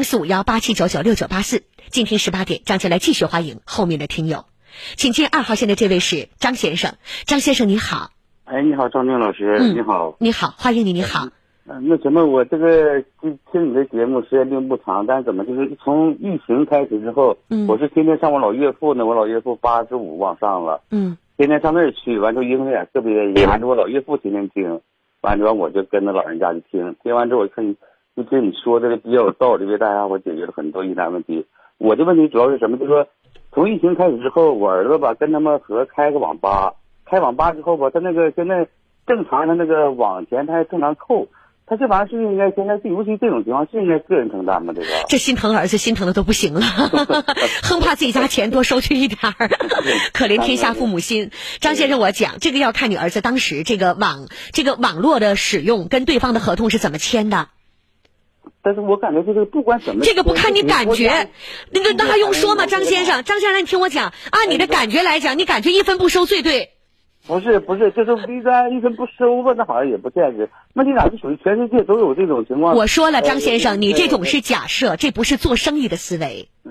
A: ，045187996984，静听18点，张静来继续欢迎后面的听友。请进2号线的这位是张先生。张先生你好。
G: 哎，你好，张静老师，你好。
A: 你好，欢迎你，你好。
G: 那什么，我这个听你的节目时间并不长，但怎么就是从疫情开始之后，我是天天上我老岳父呢，我老岳父85往上了，天天上那儿去，完之后影响也特别严，完之后我老岳父天天听，完之后我就跟着老人家去听，听完之后我看就听你说这个比较有道理，为大家伙解决了很多疑难问题。我的问题主要是什么？就是说从疫情开始之后，我儿子吧跟他们合开个网吧，开网吧之后吧，他那个现在正常他那个网钱他还正常扣。他这玩意儿是应该现在尤其这种情况是应该个人承担吗？这个
A: 这心疼儿子心疼的都不行了，哼怕自己家钱多收去一点儿，可怜天下父母心。张先生，我讲这个要看你儿子当时这个网络的使用跟对方的合同是怎么签的。
G: 但是我感觉这个不管怎么，
A: 这个不看你感觉，那还用说吗？张先生，你听我讲，按你的感觉来讲，你感觉1分不收最对。
G: 不是，就是离咱1分不收吧，那好像也不现实。问题哪是属于全世界都有这种情况？
A: 我说了，张先生，你这种是假设，这不是做生意的思维。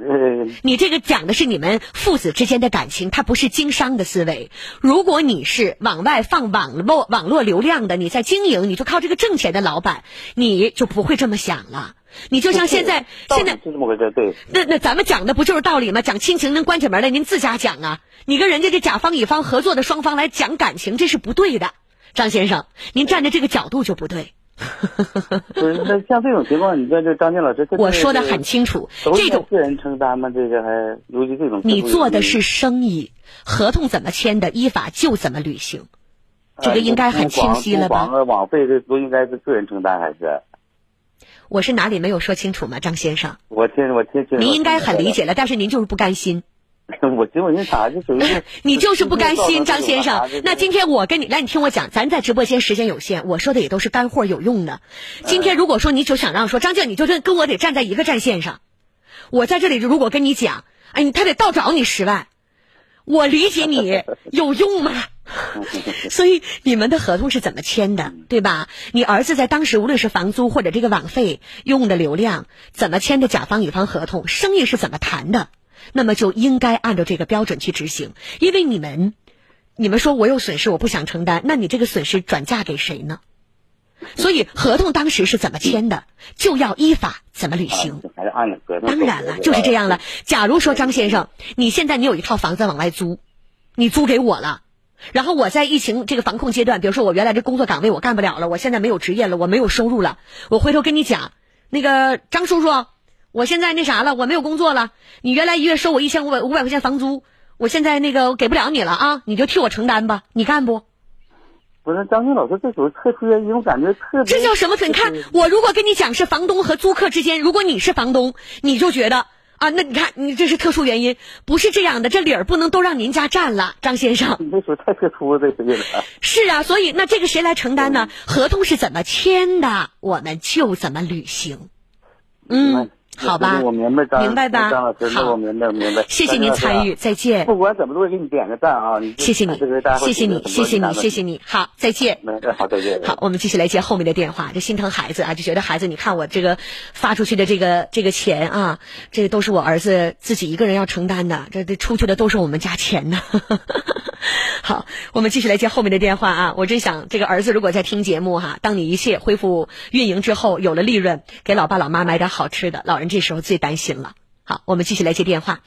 A: 你这个讲的是你们父子之间的感情，它不是经商的思维。如果你是往外放网络流量的，你在经营，你就靠这个挣钱的老板，你就不会这么想了。你就像现在
G: 是这么回事，对。
A: 那咱们讲的不就是道理吗？讲亲情能关起门来，您自家讲啊。你跟人家这甲方乙方合作的双方来讲感情，这是不对的。张先生，您站在这个角度就不对。
G: 不是，那像这种情况，你看这张静老师，
A: 我说的很清楚，
G: 这种个人承担吗？这个还尤其这种，
A: 你做的是生意，合同怎么签的，依法就怎么履行，这个应该很清晰了吧？
G: 网费这都应该是个人承担还是？
A: 我是哪里没有说清楚吗，张先生？
G: 我听。
A: 您应该很理解了，但是您就是不甘心。
G: 我啥就属于
A: 你就是不甘心，张先生。那今天我跟你来，你听我讲，咱在直播间时间有限，我说的也都是干货有用的。今天如果说你就想让说张静，你就跟我得站在一个战线上，我在这里如果跟你讲，哎，他得倒找你10万，我理解你有用吗？所以你们的合同是怎么签的，对吧？你儿子在当时无论是房租或者这个网费用的流量怎么签的甲方乙方合同，生意是怎么谈的，那么就应该按照这个标准去执行。因为你们说我有损失我不想承担，那你这个损失转嫁给谁呢？所以合同当时是怎么签的，就要依法怎么履行。
G: 还是按合同。
A: 当然了，就是这样了。假如说张先生，你现在你有一套房子往外租，你租给我了，然后我在疫情这个防控阶段，比如说我原来这工作岗位我干不了了，我现在没有职业了，我没有收入了，我回头跟你讲，那个张叔叔，我现在那啥了，我没有工作了，你原来1月收我1500块钱房租，我现在那个给不了你了啊，你就替我承担吧，你干不？
G: 不是，张静老师，这属于特殊原因，我感觉特别。
A: 这叫什么？你看，我如果跟你讲是房东和租客之间，如果你是房东，你就觉得啊，那你看你这是特殊原因，不是这样的，这理儿不能都让您家占了，张先生。
G: 你这属于太特殊了，这个了。
A: 是啊，所以那这个谁来承担呢？合同是怎么签的，我们就怎么履行。好吧，
G: 我明白，
A: 明白吧？
G: 张老师，
A: 好，
G: 我明白。
A: 谢谢您参与，再见。
G: 不管怎么都会给你点个赞啊！
A: 谢谢你，谢谢你。好，再见。
G: 好，再见。
A: 好，我们继续来接后面的电话。这心疼孩子啊，就觉得孩子，你看我这个发出去的这个钱啊，这都是我儿子自己一个人要承担的，这出去的都是我们家钱呢。好，我们继续来接后面的电话啊！我真想，这个儿子如果在听节目哈，当你一切恢复运营之后，有了利润，给老爸老妈买点好吃的，老人这时候最担心了。好，我们继续来接电话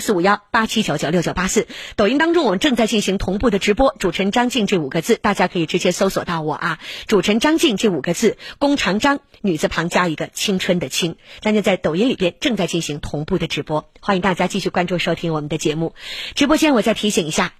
A: ，045187996984。抖音当中我们正在进行同步的直播，主持人张静这5个字，大家可以直接搜索到我啊。主持人张静这5个字，弓长张，女字旁加一个青春的青。咱就在抖音里边正在进行同步的直播，欢迎大家继续关注收听我们的节目。直播间我再提醒一下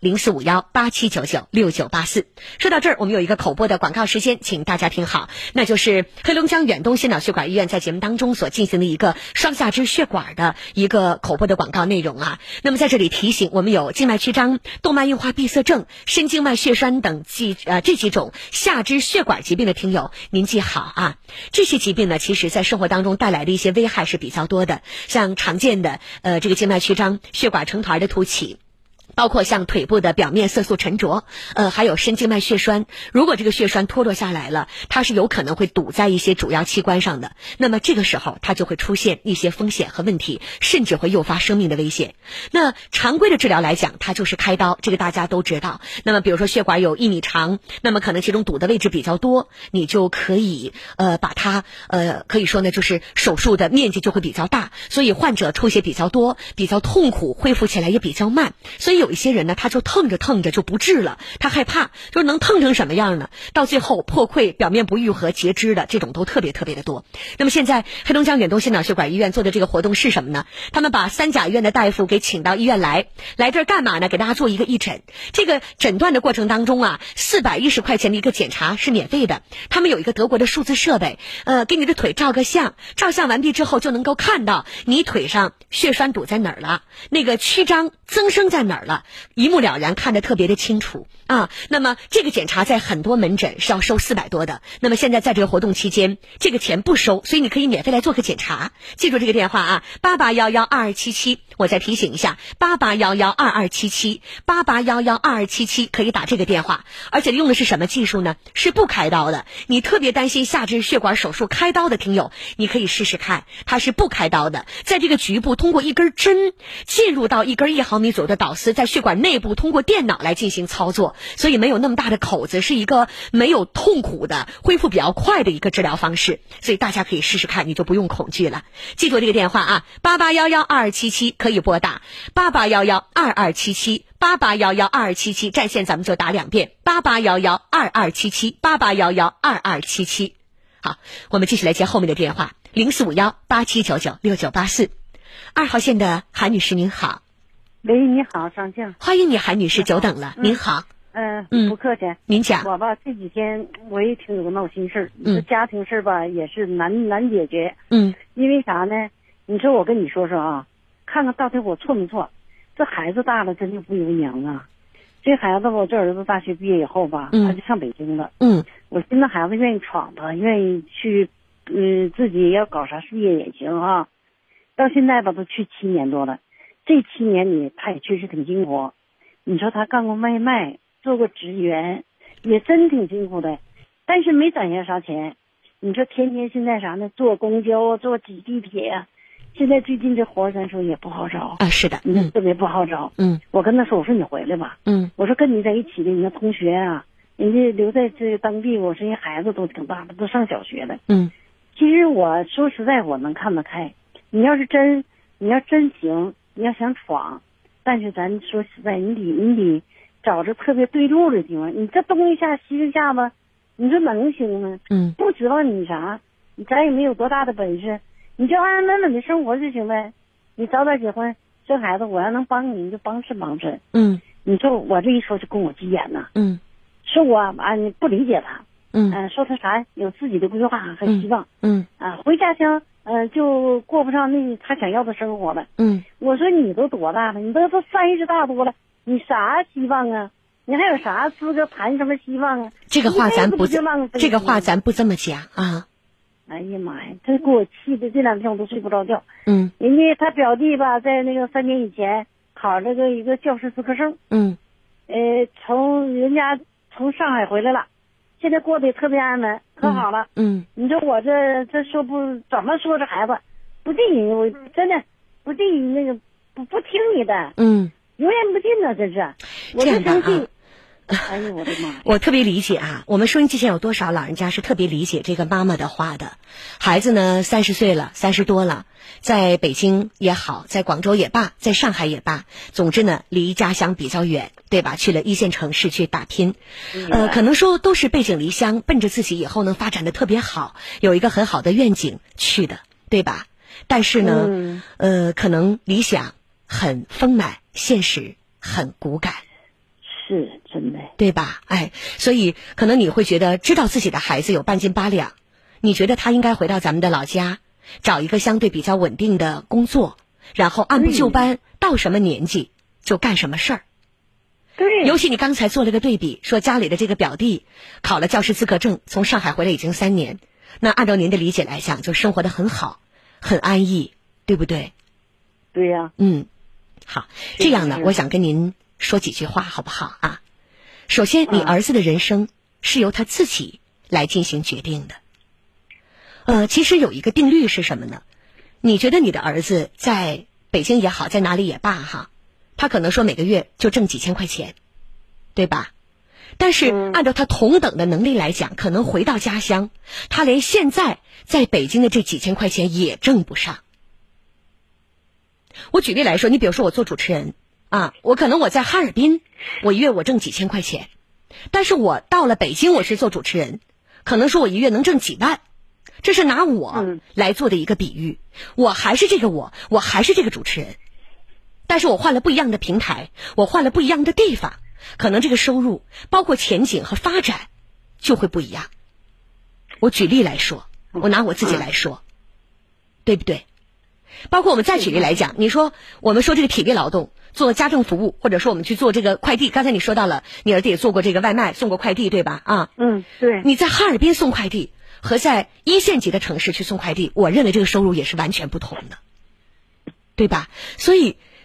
A: ，045187996984。说到这儿，我们有一个口播的广告时间，请大家听好，那就是黑龙江远东心脑血管医院在节目当中所进行的一个双下肢血管的一个口播的广告内容啊。那么在这里提醒，我们有静脉曲张、动脉硬化闭塞症、深静脉血栓等这几种下肢血管疾病的听友，您记好啊。这些疾病呢，其实在生活当中带来的一些危害是比较多的，像常见的这个静脉曲张、血管成团的凸起，包括像腿部的表面色素沉着，还有深静脉血栓。如果这个血栓脱落下来了，它是有可能会堵在一些主要器官上的，那么这个时候它就会出现一些风险和问题，甚至会诱发生命的危险。那常规的治疗来讲，它就是开刀，这个大家都知道。那么比如说血管有1米长，那么可能其中堵的位置比较多，你就可以把它可以说呢，就是手术的面积就会比较大，所以患者出血比较多，比较痛苦，恢复起来也比较慢。所以有一些人呢，他就疼着就不治了，他害怕，就是能疼成什么样呢？到最后破溃、表面不愈合、截肢的这种都特别特别的多。那么现在黑龙江远东心脑血管医院做的这个活动是什么呢？他们把3甲医院的大夫给请到医院来这儿干嘛呢？给大家做一个义诊。这个诊断的过程当中啊，410块钱的一个检查是免费的。他们有一个德国的数字设备，给你的腿照个相，照相完毕之后就能够看到你腿上血栓堵在哪儿了，那个曲张增生在哪儿了，一目了然，看得特别的清楚啊。那么这个检查在很多门诊是要收400多的，那么现在在这个活动期间，这个钱不收，所以你可以免费来做个检查。记住这个电话啊，88112277。 我再提醒一下，88112277，88112277可以打这个电话，而且用的是什么技术呢？是不开刀的。你特别担心下肢血管手术开刀的听友，你可以试试看，它是不开刀的，在这个局部通过一根针进入到一根1毫米左右的导丝，在血管内部通过电脑来进行操作，所以没有那么大的口子，是一个没有痛苦的、恢复比较快的一个治疗方式，所以大家可以试试看，你就不用恐惧了。记住这个电话啊，88112277可以拨打，88112277，88112277，占线咱们就打2遍，88112277，88112277。好，我们继续来接后面的电话，045187996984。2号线的韩女士您好。
K: 喂，你好，张静。
A: 欢迎你，韩女士，久等了。您好。
K: 不客气。
A: 您讲。
K: 我吧这几天我也挺有个闹心事儿，这家庭事儿吧也是难解决。因为啥呢？你说我跟你说说啊，看看到底我错没错？这孩子大了真的不由娘啊。这孩子吧，我这儿子大学毕业以后吧，他就上北京了。我寻思孩子愿意闯吧，愿意去，自己要搞啥事业也行啊。到现在吧，都去7年多了。这7年里，他也确实挺辛苦。你说他干过外卖，做过职员，也真挺辛苦的，但是没攒下啥钱。你说天天现在啥呢？坐公交，坐挤地铁呀。现在最近这活咱说也不好找
A: 啊，是的，
K: 特别不好找。我跟他说，我说你回来吧。我说跟你在一起的你那同学啊，人家留在这当地，我说人孩子都挺大的，都上小学了。其实我说实在，我能看得开。你要真行，你要想闯，但是咱说实在，你得找着特别对路的地方。你这东一下西一下吧，你说能行吗？不指望你啥，咱也没有多大的本事，你就安安稳稳的生活就行呗。你早点结婚生孩子，我要能帮你，你就帮吃。你说我这一说就跟我急眼呐。说我你不理解他。说他啥有自己的规划和希望。回家乡就过不上那他想要的生活了。我说你都多大了？你都30大多了，你啥希望啊？你还有啥资格谈什么希望啊？
A: 这个话咱不这么讲啊。
K: 哎呀妈呀，这给我气的，这2天我都睡不着觉。人家他表弟吧，在那个3年以前考了一个教师资格证。从上海回来了。现在过得也特别安稳，可好了。你说我这说不怎么说，这孩子不进你，我真的不进那个不听你的。油盐不进呢，这是。我就生气。哎呦我的妈！
A: 我特别理解啊，我们收音机前有多少老人家是特别理解这个妈妈的话的。孩子呢30岁了，30多了，在北京也好，在广州也罢，在上海也罢，总之呢离家乡比较远，对吧？去了1线城市去打拼，可能说都是背井离乡，奔着自己以后能发展的特别好，有一个很好的愿景去的，对吧？但是呢，可能理想很丰满，现实很骨感。
K: 是真的，
A: 对吧？所以可能你会觉得知道自己的孩子有半斤8两，你觉得他应该回到咱们的老家，找一个相对比较稳定的工作，然后按部就班，到什么年纪就干什么事儿。
K: 对，
A: 尤其你刚才做了个对比，说家里的这个表弟考了教师资格证，从上海回来已经3年，那按照您的理解来讲，就生活得很好，很安逸，对不对？
K: 对呀。
A: 好，这样呢，我想跟您说几句话好不好啊？首先，你儿子的人生是由他自己来进行决定的。其实有一个定律是什么呢？你觉得你的儿子在北京也好，在哪里也罢哈，他可能说每个月就挣几千块钱，对吧？但是按照他同等的能力来讲，可能回到家乡，他连现在在北京的这几千块钱也挣不上。我举例来说，你比如说我做主持人啊，我可能我在哈尔滨，我一月我挣几千块钱，但是我到了北京，我是做主持人，可能说我一月能挣几万，这是拿我来做的一个比喻。我还是这个我还是这个主持人，但是我换了不一样的平台，我换了不一样的地方，可能这个收入包括前景和发展就会不一样。我举例来说，我拿我自己来说，对不对？包括我们再举例来讲，你说我们说这个体力劳动，做家政服务，或者说我们去做这个快递，刚才你说到了你儿子也做过这个外卖，送过快递，对吧？啊，
K: 对。
A: 你在哈尔滨送快递和在1线级的城市去送快递，我认为这个收入也是完全不同的，对吧？所以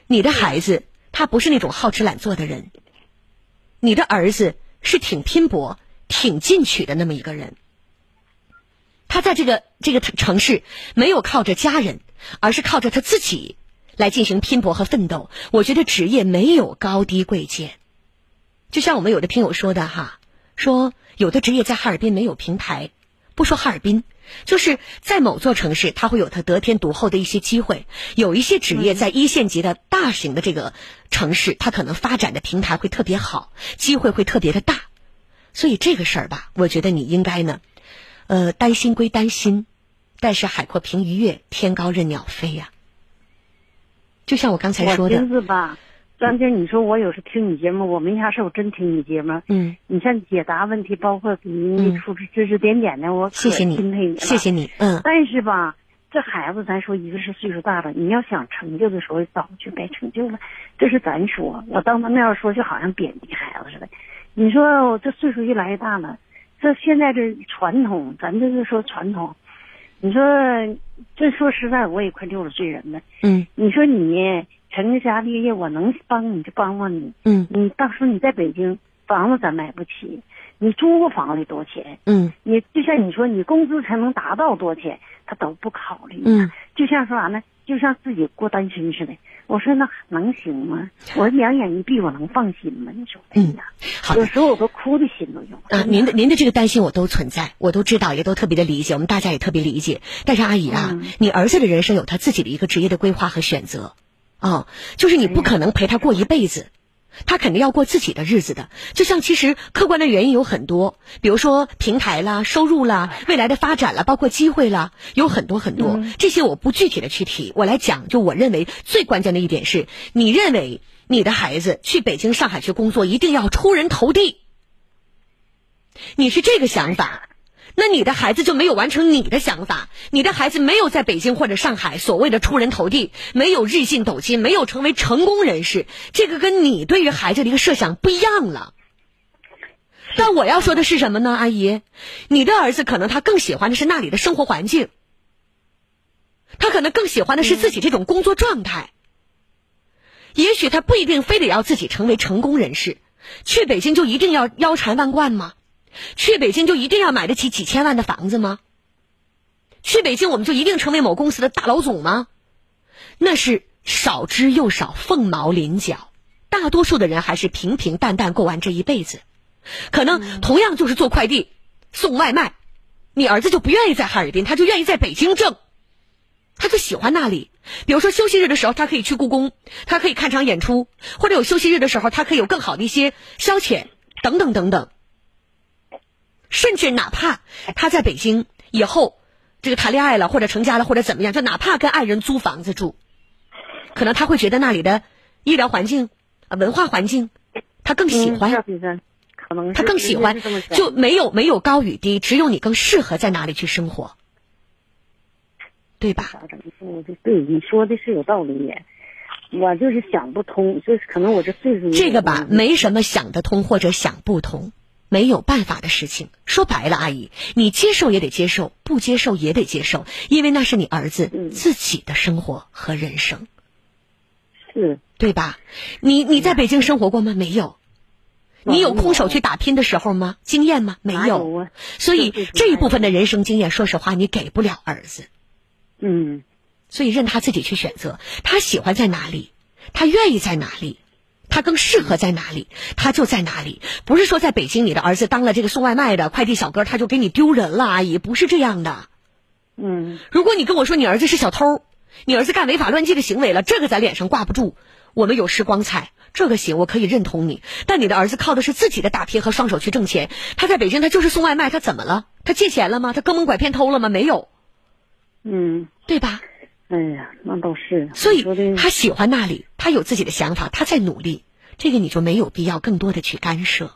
A: 你的孩子他不是那种好吃懒做的人，你的儿子是挺拼搏、挺进取的那么一个人。他在这个城市没有靠着家人，而是靠着他自己来进行拼搏和奋斗。我觉得职业没有高低贵贱，就像我们有的听友说的哈，说有的职业在哈尔滨没有平台，不说哈尔滨，就是在某座城市他会有他得天独厚的一些机会，有一些职业在一线级的大型的这个城市，他可能发展的平台会特别好，机会会特别的大。所以这个事儿吧，我觉得你应该呢担心归担心，但是海阔凭鱼跃，天高任鸟飞呀。就像我刚才说的，
K: 我寻思吧，张姐，你说我有时听你节目，我没啥事，我真听你节目。你像解答问题，包括给你出指指点点的，我可钦佩你了。
A: 谢谢你。
K: 但是吧，这孩子咱说，一个是岁数大了，你要想成就的时候，早就该成就了。这是咱说，我当他面说，就好像贬低孩子似的。你说我这岁数越来越大了，这现在这传统，咱这是说传统。你说这说实在，我也快60岁人了。你说你成家立业，我能帮你就帮帮你。你到时候你在北京房子咱买不起，你租个房子多少钱？你就像你说，你工资才能达到多少钱，他都不考虑。就像说啥呢？就像自己过单身似的。我说那能行吗？我两眼一闭，我能放心吗？你说哎呀，有时候我都哭的心都有。
A: 您的这个担心我都存在，我都知道，也都特别的理解，我们大家也特别理解。但是阿姨啊，你儿子的人生有他自己的一个职业的规划和选择，就是你不可能陪他过一辈子。他肯定要过自己的日子的，就像其实客观的原因有很多，比如说平台啦、收入啦、未来的发展啦，包括机会啦，有很多很多。这些我不具体的去提，我来讲，就我认为最关键的一点是，你认为你的孩子去北京、上海去工作一定要出人头地，你是这个想法，那你的孩子就没有完成你的想法，你的孩子没有在北京或者上海所谓的出人头地，没有日进斗金，没有成为成功人士，这个跟你对于孩子的一个设想不一样了。但我要说的是什么呢，阿姨？你的儿子可能他更喜欢的是那里的生活环境，他可能更喜欢的是自己这种工作状态，也许他不一定非得要自己成为成功人士，去北京就一定要腰缠万贯吗？去北京就一定要买得起几千万的房子吗？去北京我们就一定成为某公司的大老总吗？那是少之又少，凤毛麟角。大多数的人还是平平淡淡过完这一辈子。可能同样就是做快递、送外卖，你儿子就不愿意在哈尔滨，他就愿意在北京挣，他就喜欢那里。比如说休息日的时候，他可以去故宫，他可以看场演出，或者有休息日的时候，他可以有更好的一些消遣，等等等等。甚至哪怕他在北京以后这个谈恋爱了，或者成家了，或者怎么样，就哪怕跟爱人租房子住，可能他会觉得那里的医疗环境、文化环境他更喜欢，
K: 可能
A: 他更喜欢，就没有高与低，只有你更适合在哪里去生活，对吧？
K: 对，你说的是有道理，我就是想不通，就是可能我这岁数
A: 这个吧，没什么想得通或者想不通，没有办法的事情。说白了，阿姨，你接受也得接受，不接受也得接受，因为那是你儿子自己的生活和人生，
K: 是
A: 对吧？你在北京生活过吗？没有。你有空手去打拼的时候吗？经验吗？没有。所以这一部分的人生经验，说实话，你给不了儿子。所以任他自己去选择，他喜欢在哪里，他愿意在哪里，他更适合在哪里，他就在哪里。不是说在北京你的儿子当了这个送外卖的快递小哥，他就给你丢人了，阿姨，不是这样的。如果你跟我说你儿子是小偷，你儿子干违法乱纪的行为了，这个咱脸上挂不住，我们有时光彩，这个行，我可以认同你。但你的儿子靠的是自己的打拼和双手去挣钱，他在北京他就是送外卖，他怎么了？他借钱了吗？他坑蒙拐骗偷了吗？没有。对吧？
K: 哎呀，那倒是。
A: 所以他喜欢那里，他有自己的想法，他在努力，这个你就没有必要更多的去干涉。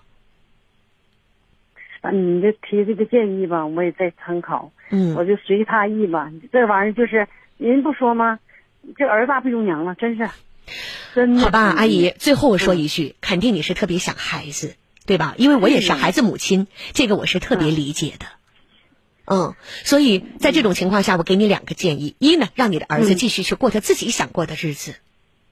K: 你这提这个建议吧，我也在参考。我就随他意吧。这玩意儿就是人不说吗？这儿大不如娘了，真是。真的。
A: 好吧，阿姨，最后我说一句，肯定你是特别想孩子，对吧？因为我也是孩子母亲，这个我是特别理解的。所以在这种情况下，我给你2个建议：一呢，让你的儿子继续去过他自己想过的日子，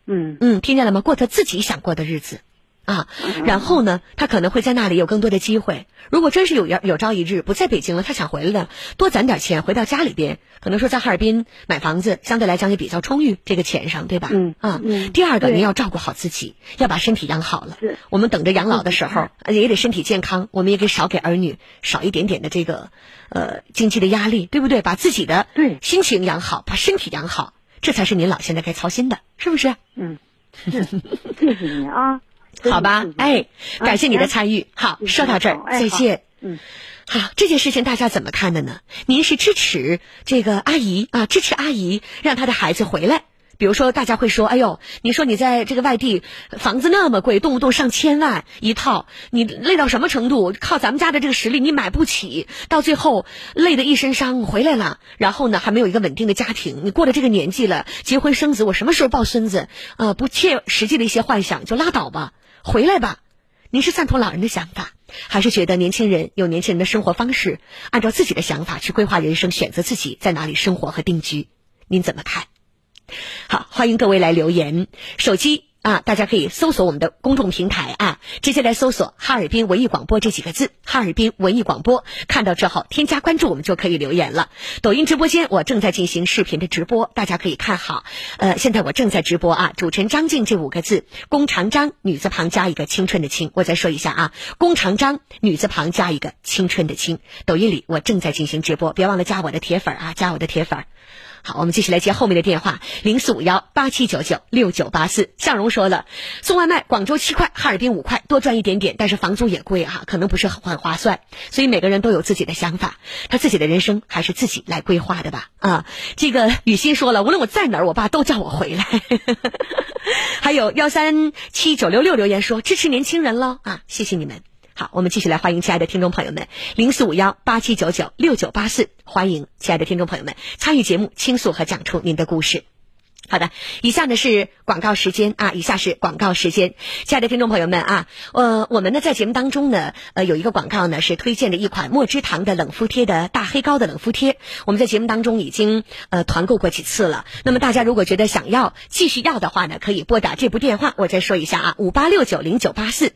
A: 听见了吗？过他自己想过的日子。然后呢，他可能会在那里有更多的机会。如果真是有朝一日不在北京了，他想回来了，多攒点钱回到家里边，可能说在哈尔滨买房子相对来讲也比较充裕，这个钱上，对吧？第二个，您要照顾好自己，要把身体养好了。我们等着养老的时候也得身体健康，我们也给少给儿女少一点点的这个经济的压力，对不对？把自己的心情养好，把身体养好，这才是您老现在该操心的，是不是？
K: 谢谢您啊。
A: 好吧，感谢你的参与。好，说到这儿，再见。好，这件事情大家怎么看的呢？您是支持这个阿姨支持阿姨让她的孩子回来？比如说，大家会说，哎呦，你说你在这个外地房子那么贵，动不动上千万一套，你累到什么程度？靠咱们家的这个实力，你买不起，到最后累得一身伤回来了，然后呢还没有一个稳定的家庭，你过了这个年纪了，结婚生子，我什么时候抱孙子？不切实际的一些幻想就拉倒吧。回来吧，您是赞同老人的想法，还是觉得年轻人有年轻人的生活方式，按照自己的想法去规划人生，选择自己在哪里生活和定居？您怎么看？好，欢迎各位来留言。手机大家可以搜索我们的公众平台直接来搜索哈尔滨文艺广播这几个字，哈尔滨文艺广播，看到之后添加关注，我们就可以留言了。抖音直播间我正在进行视频的直播，大家可以看好。现在我正在直播主持人张静这5个字，弓长张女字旁加一个青春的青，我再说一下弓长张女字旁加一个青春的青。抖音里我正在进行直播，别忘了加我的铁粉加我的铁粉。好，我们继续来接后面的电话，045187996984。向荣说了，送外卖广州7块，哈尔滨5块，多赚一点点，但是房租也贵可能不是很划算。所以每个人都有自己的想法，他自己的人生还是自己来规划的吧。这个雨欣说了，无论我在哪儿，我爸都叫我回来。还有1379666留言说支持年轻人咯谢谢你们。好，我们继续来欢迎亲爱的听众朋友们，045187996984，欢迎亲爱的听众朋友们参与节目，倾诉和讲出您的故事。好的，以下呢是广告时间以下是广告时间。亲爱的听众朋友们我们呢在节目当中呢有一个广告呢是推荐的一款墨汁堂的冷敷贴的大黑膏的冷敷贴，我们在节目当中已经团购过几次了。那么大家如果觉得想要继续要的话呢，可以拨打这部电话，我再说一下58690984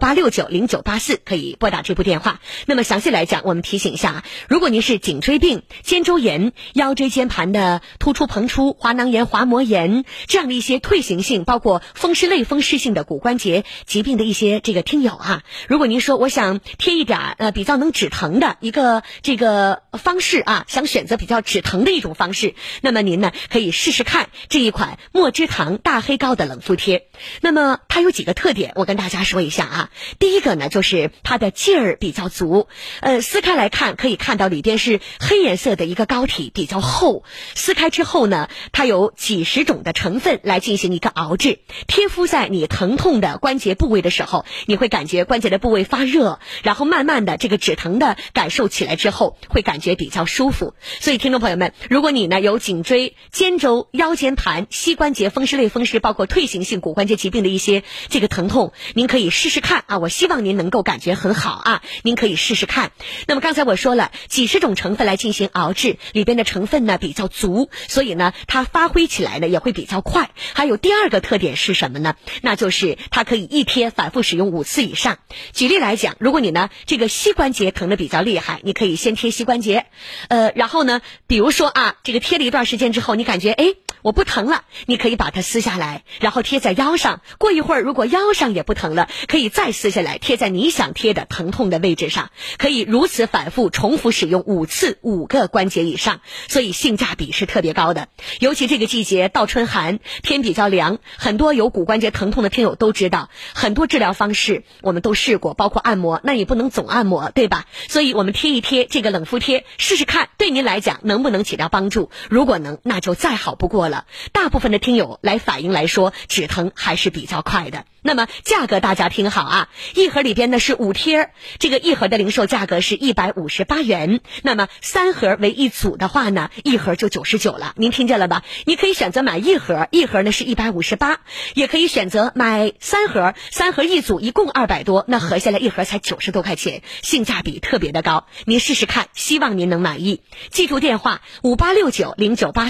A: 58690984，可以拨打这部电话。那么详细来讲，我们提醒一下如果您是颈椎病、肩周炎、腰椎间盘的突出膨出、滑囊炎、滑膜炎这样的一些退行性，包括风湿类风湿性的骨关节疾病的一些这个听友如果您说我想贴一点比较能止疼的一个这个方式想选择比较止疼的一种方式，那么您呢可以试试看这一款墨汁堂大黑膏的冷敷贴。那么它有几个特点，我跟大家说一下第一个呢就是它的劲儿比较足，撕开来看可以看到里边是黑颜色的一个膏体，比较厚，撕开之后呢它有几十种的成分来进行一个熬制，贴敷在你疼痛的关节部位的时候，你会感觉关节的部位发热，然后慢慢的这个止疼的感受起来之后会感觉比较舒服。所以听众朋友们，如果你呢有颈椎、肩周、腰间盘、膝关节风湿类风湿包括退行性骨关节疾病的一些这个疼痛，您可以试试看我希望您能够感觉很好您可以试试看。那么刚才我说了几十种成分来进行熬制，里边的成分呢比较足，所以呢它发挥起来呢也会比较快。还有第二个特点是什么呢？那就是它可以一贴反复使用5次以上。举例来讲，如果你呢这个膝关节疼得比较厉害，你可以先贴膝关节，然后呢比如说这个贴了一段时间之后，你感觉我不疼了，你可以把它撕下来，然后贴在腰上，过一会儿如果腰上也不疼了，可以再撕下来贴在你想贴的疼痛的位置上，可以如此反复重复使用5次5个关节以上，所以性价比是特别高的。尤其这个季节到春寒，天比较凉，很多有骨关节疼痛的听友都知道，很多治疗方式我们都试过，包括按摩，那也不能总按摩，对吧？所以我们贴一贴这个冷敷贴，试试看对您来讲能不能起到帮助，如果能，那就再好不过了。大部分的听友来反映来说，止疼还是比较快的。那么价格大家听好一盒里边呢是5贴，这个一盒的零售价格是158元，那么3盒为一组的话呢，一盒就99了。您听见了吧？你可以选择买一盒，一盒呢是158，也可以选择买3盒，3盒一组一共200多，那合下来一盒才90多块钱，性价比特别的高。您试试看，希望您能满意。记住电话58690984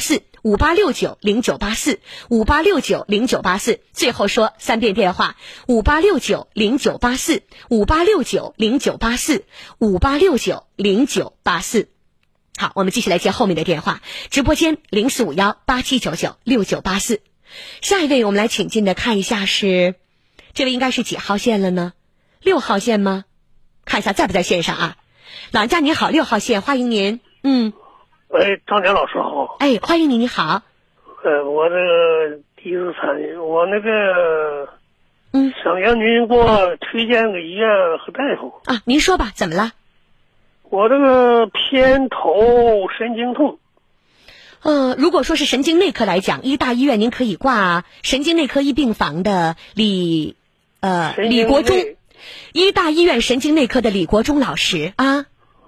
A: 58690984，58690984，最后说3遍电话，58690984，58690984，58690984。好，我们继续来接后面的电话，直播间045187996984。下一位我们来请进的看一下是，这位应该是几号线了呢？6号线吗？看一下在不在线上啊。老人家您好，6号线，欢迎您。
L: 喂，张佳老师好。
A: 哎，欢迎您，你好。
L: 我这个第一次参与，我那个想让您给我推荐个医院和大夫
A: 啊。您说吧，怎么了？
L: 我这个偏头神经痛。
A: 如果说是神经内科来讲，医大医院您可以挂神经内科一病房的李国忠，医大医院神经内科的李国忠老师啊。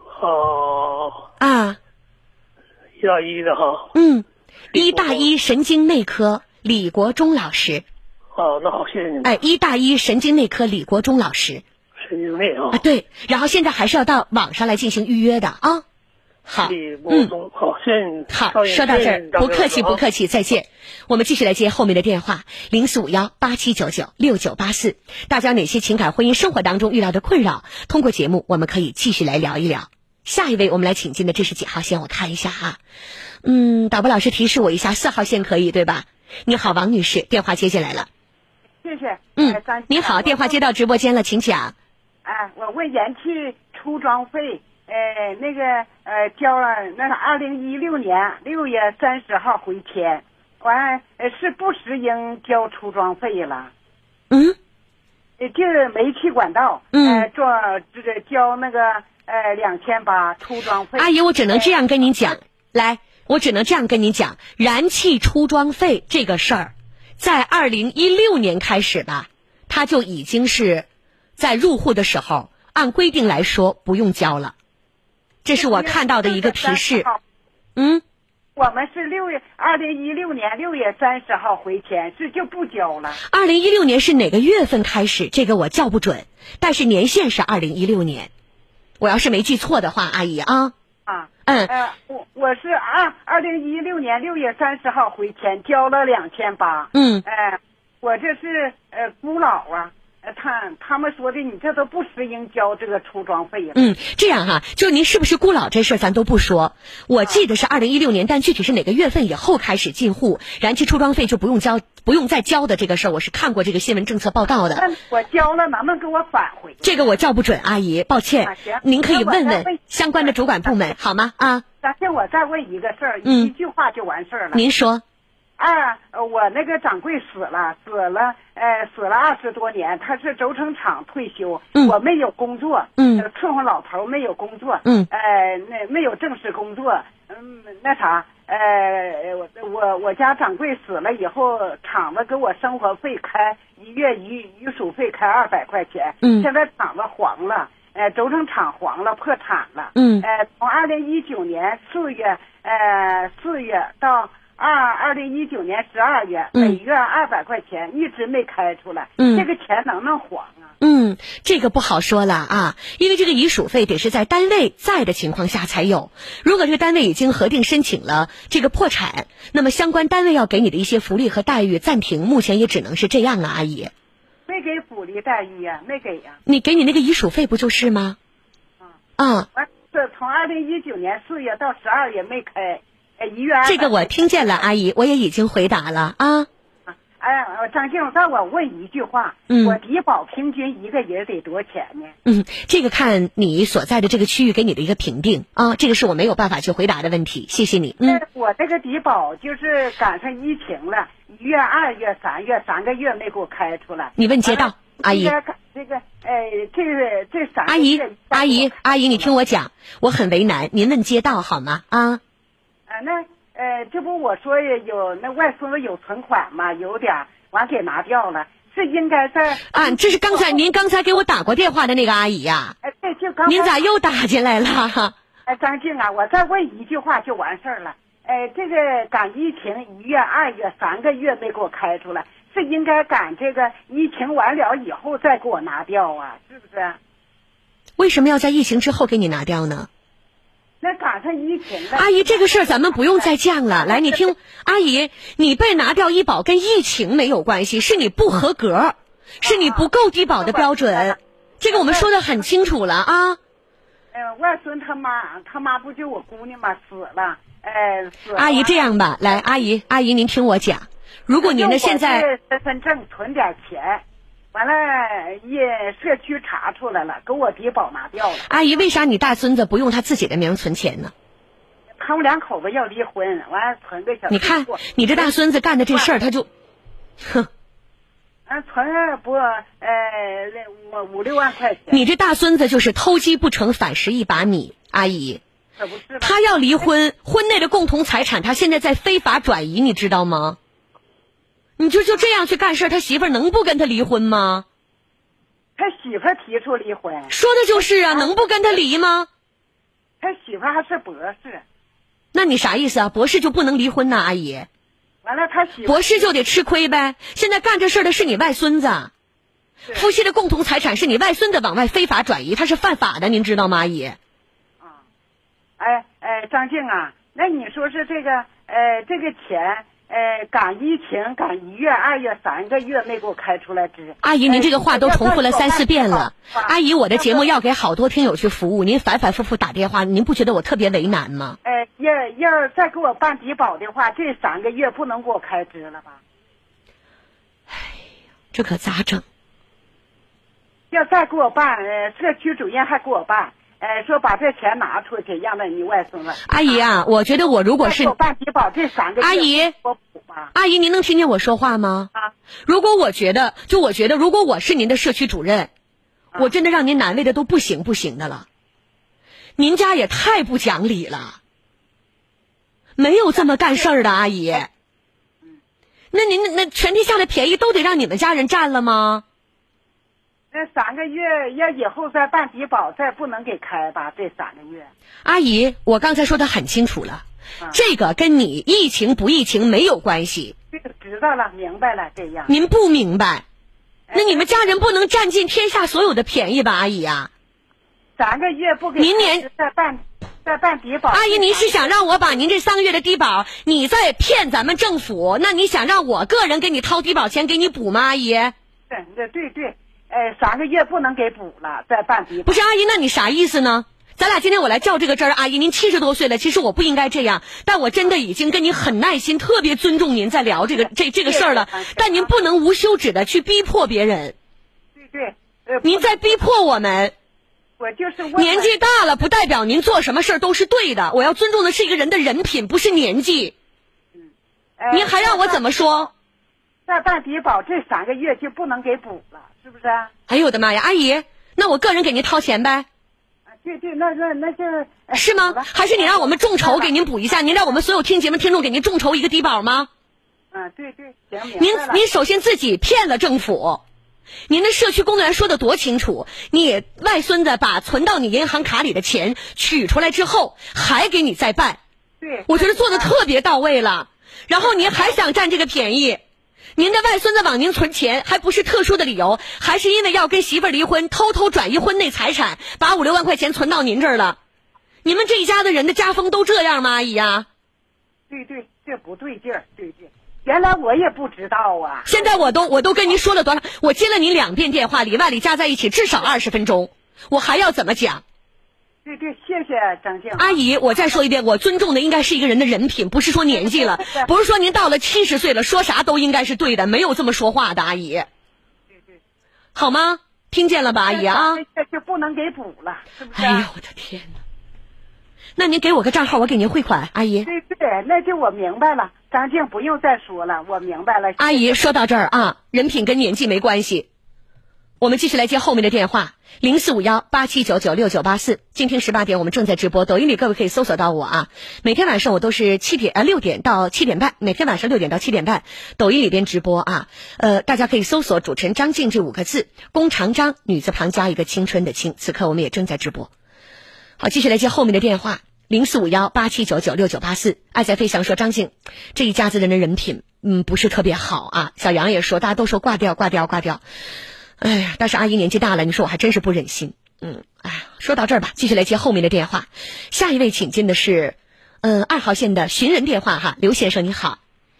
L: 医大医的哈。
A: 医大医神经内科李国忠老师。
L: 那好，谢谢您。
A: 医大医神经内科李国忠老师。
L: 神经内啊。
A: 对，然后现在还是要到网上来进行预约的啊。好，
L: 好，谢谢你。
A: 好，说到这儿，不客气，不客气，再见。我们继续来接后面的电话，045187996984。大家哪些情感婚姻生活当中遇到的困扰，通过节目我们可以继续来聊一聊。下一位我们来请进的，这是几号线？我看一下啊。导播老师提示我一下，4号线可以对吧？你好，王女士，电话接进来了。
M: 谢谢。
A: 你好，电话接到直播间了，请讲。
M: 我问延期出装费。交了那是2016年6月30号回签，完是不适应交出装费了。就是煤气管道，这个交那个2800出装费。
A: 阿姨，我只能这样跟您讲，我只能这样跟您讲，燃气出装费这个事儿，在2016年开始吧，它就已经是在入户的时候按规定来说不用交了。这是我看到的一个提示。
M: 我们是2016年6月30号回签，这就不交了。
A: 2016年是哪个月份开始？这个我叫不准，但是年限是2016年。我要是没记错的话，阿姨啊。
M: 我是2016年6月30号回签，交了2800。我这是孤老啊。他们说的你这都不适应交这个出装费了。
A: 这样哈，就是您是不是孤老这事儿咱都不说，我记得是2016年，但具体是哪个月份以后开始进户，燃气出装费就不用再交的这个事儿，我是看过这个新闻政策报告的。
M: 我交了，能不能给我返回？
A: 这个我叫不准，阿姨，抱歉，您可以问问相关的主管部门，好吗？
M: 但是我再问一个事儿，一句话就完事儿了。
A: 您说。
M: 我那个掌柜死了20多年，他是轴承厂退休，我没有工作，伺候老头没有工作，没有正式工作，我家掌柜死了以后，厂子给我生活费开1月雨水费开200块钱，现在厂子黄了，轴承厂黄了，破产了，从2019年4月到2019年12月，每月200块钱一直没开出来，这个钱能不能还啊？
A: 这个不好说了啊，因为这个遗属费得是在单位在的情况下才有。如果这个单位已经核定申请了这个破产，那么相关单位要给你的一些福利和待遇暂停，目前也只能是这样啊，阿姨。
M: 没给福利待遇呀，没给呀。
A: 你给你那个遗属费不就是吗？
M: 这从2019年4月到12月没开。
A: 这个我听见了，阿姨，我也已经回答了啊。
M: 张静，让我问一句话，我低保平均一个人得多少钱呢？
A: 这个看你所在的这个区域给你的一个评定啊，这个是我没有办法去回答的问题，谢谢你。
M: 我这个低保就是赶上疫情了，1月、2月、3月3个月没给我开出来。
A: 你问街道阿姨。
M: 这3
A: 个月。阿姨，你听我讲，我很为难，您问街道好吗？
M: 这不我说有那外孙子有存款嘛，有点完给拿掉了，是应该在
A: 这是您刚才给我打过电话的那个阿姨呀。
M: 对，就刚才。
A: 您咋又打进来了？
M: 张静啊，我再问一句话就完事儿了。这个赶疫情1月、2月3个月没给我开出来，是应该赶这个疫情完了以后再给我拿掉啊，是不是？
A: 为什么要在疫情之后给你拿掉呢？
M: 那赶上疫情了。
A: 阿姨，这个事儿咱们不用再犟了。来，你听，阿姨，你被拿掉医保跟疫情没有关系，是你不合格，是你不够低保的标准，这个我们说的很清楚了啊。
M: 外孙他妈不就我姑娘嘛，死了。死了。
A: 阿姨这样吧，来，阿姨您听我讲，如果您的现在
M: 身份证存点钱。完了，社区查出来了，给我低保拿掉了。
A: 阿姨，为啥你大孙子不用他自己的名存钱呢？
M: 他们两口子要离婚，完了存个小。
A: 你看，你这大孙子干的这事儿，他就，哼。
M: 存不5、6万块钱。
A: 你这大孙子就是偷鸡不成反蚀一把米，阿姨。
M: 可不是。
A: 他要离婚，婚内的共同财产，他现在在非法转移，你知道吗？你就这样去干事，他媳妇儿能不跟他离婚吗？
M: 他媳妇儿提出离婚，
A: 说的就是啊，能不跟他离吗？
M: 他媳妇儿还是博士。
A: 那你啥意思啊？博士就不能离婚呐，阿姨？
M: 完了，他媳妇
A: 博士就得吃亏呗。现在干这事的是你外孙子，夫妻的共同财产是你外孙子往外非法转移，他是犯法的，您知道吗，阿姨？
M: 张静啊，那你说是这个钱。赶疫情，赶1月、2月3个月没给我开出来支。
A: 阿姨，您这个话都重复了3、4遍了。阿姨，我的节目要给好多听友去服务，您反反复复打电话，您不觉得我特别为难吗？
M: 要再给我办低保的话，这3个月不能给我开支了吧？
A: 哎呀，这可咋整？
M: 要再给我办，社区主任还给我办。说把这钱拿出去，让那你外孙子。
A: 阿姨啊，我觉得我如果是
M: 办低保这3个月，
A: 阿姨，
M: 我补吧。
A: 阿姨，您能听见我说话吗？如果我觉得，如果我是您的社区主任，我真的让您难为的都不行的了。您家也太不讲理了，没有这么干事儿的，阿姨。那您那全天下的便宜都得让你们家人占了吗？
M: 那3个月要以后再办低保，再不能给开吧？这3个月，
A: 阿姨，我刚才说的很清楚了，这个跟你疫情不疫情没有关系。
M: 这个知道了，明白了，这样。
A: 您不明白，那你们家人不能占尽天下所有的便宜吧，阿姨啊
M: ？3个月不给，
A: 明年
M: 再办低保。
A: 阿姨，您是想让我把您这3个月的低保，你在骗咱们政府？那你想让我个人给你掏低保钱给你补吗，阿姨？
M: 对。3个月不能给补了，再办低保。
A: 不是阿姨，那你啥意思呢？咱俩今天我来较这个真儿，阿姨您70多岁了，其实我不应该这样，但我真的已经跟您很耐心，特别尊重您在聊这个事儿了。但您不能无休止的去逼迫别人。
M: 对，
A: 您在逼迫我们。
M: 我就是
A: 年纪大了，不代表您做什么事儿都是对的。我要尊重的是一个人的人品，不是年纪。您还让我怎么说？
M: 再办低保这3个月就不能给补了，是不是？
A: 哎呦我的妈呀，阿姨，那我个人给您掏钱呗。
M: 对，那
A: 是吗？还是你让我们众筹给您补一下？您让我们所有听节目听众给您众筹一个低保吗？
M: 对，行。
A: 您首先自己骗了政府，您的社区工作人员说的多清楚，你外孙子把存到你银行卡里的钱取出来之后，还给你再办。
M: 对，
A: 我觉得做的特别到位了。然后您还想占这个便宜？您的外孙子往您存钱，还不是特殊的理由，还是因为要跟媳妇儿离婚，偷偷转移婚内财产，把5、6万块钱存到您这儿了。你们这一家的人的家风都这样吗，阿姨啊？
M: 对，这不对劲儿，对。原来我也不知道啊。
A: 现在我都跟您说了多少？我接了您2遍电话，里外里加在一起至少20分钟，我还要怎么讲？
M: 对，谢谢张静
A: 阿姨，我再说一遍，我尊重的应该是一个人的人品，不是说年纪了，不是说您到了70岁了，说啥都应该是对的，没有这么说话的，阿姨。
M: 对，
A: 好吗？听见了吧，阿姨啊？
M: 这就不能给补了，是不是？
A: 哎呦我的天哪！那您给我个账号，我给您汇款，阿姨。
M: 对，那就我明白了，张静不用再说了，我明白了。
A: 阿姨说到这儿啊，人品跟年纪没关系。我们继续来接后面的电话，045187996984。今天18点我们正在直播，抖音里各位可以搜索到我啊。每天晚上我都是6点到7点半，每天晚上6点到7点半，抖音里边直播啊。大家可以搜索主持人张静这5个字，弓长张，女字旁加一个青春的青。此刻我们也正在直播。好，继续来接后面的电话，045187996984。爱在飞翔说，张静这一家子人的人品不是特别好啊。小杨也说，大家都说挂掉。哎呀，但是阿姨年纪大了，你说我还真是不忍心。 说到这儿吧，继续来接后面的电话。下一位请进的是2号线的寻人电话哈，刘先生你好。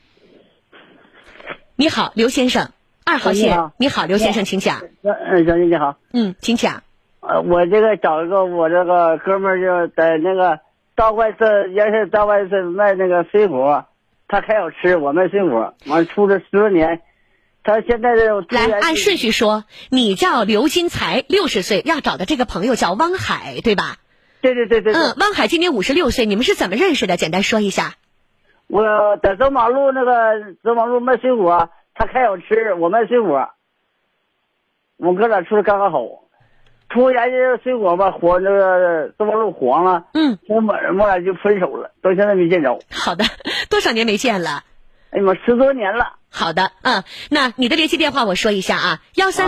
A: 你好，刘先生，2号线。你好，刘先生，请讲。
N: 小姐你好。
A: 请讲。
N: 我这个找一个我这个哥们儿，就在那个道外市，原是道外市卖那个水果，他开小吃，我卖水果，完出了10多年。他现在
A: 来按顺序说，你叫刘金才，60岁，要找的这个朋友叫汪海，对吧？
N: 对。
A: 汪海今年56岁，你们是怎么认识的？简单说一下。
N: 我在走马路卖水果，他开小吃，我卖水果，我哥俩处的刚刚好。突然这水果吧，那个走马路黄了，我俩就分手了，到现在没见着。
A: 好的，多少年没见了？
N: 哎呀妈，10多年了。
A: 好的，那你的联系电话我说一下啊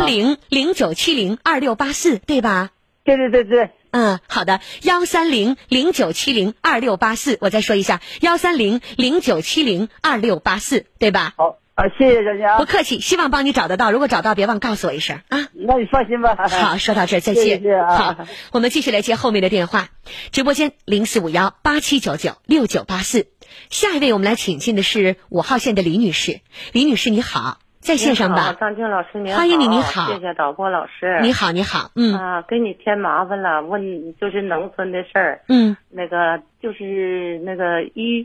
A: ，130-0970-2684，对吧？
N: 对。
A: 好的，130-0970-2684，我再说一下，130-0970-2684，对吧？
N: 好谢谢小姐啊。
A: 不客气，希望帮你找得到，如果找到别忘告诉我一声啊。
N: 那你放心吧。
A: 好，说到这儿再见。
N: 谢谢啊。
A: 好，我们继续来接后面的电话，直播间0451-8799-6984。下一位我们来请进的是5号线的李女士。李女士你好，在线上吧？
O: 张静老师您好，
A: 欢迎你，你好，
O: 谢谢导播老师。
A: 你好。
O: 给你添麻烦了，问就是农村的事儿。那个就是那个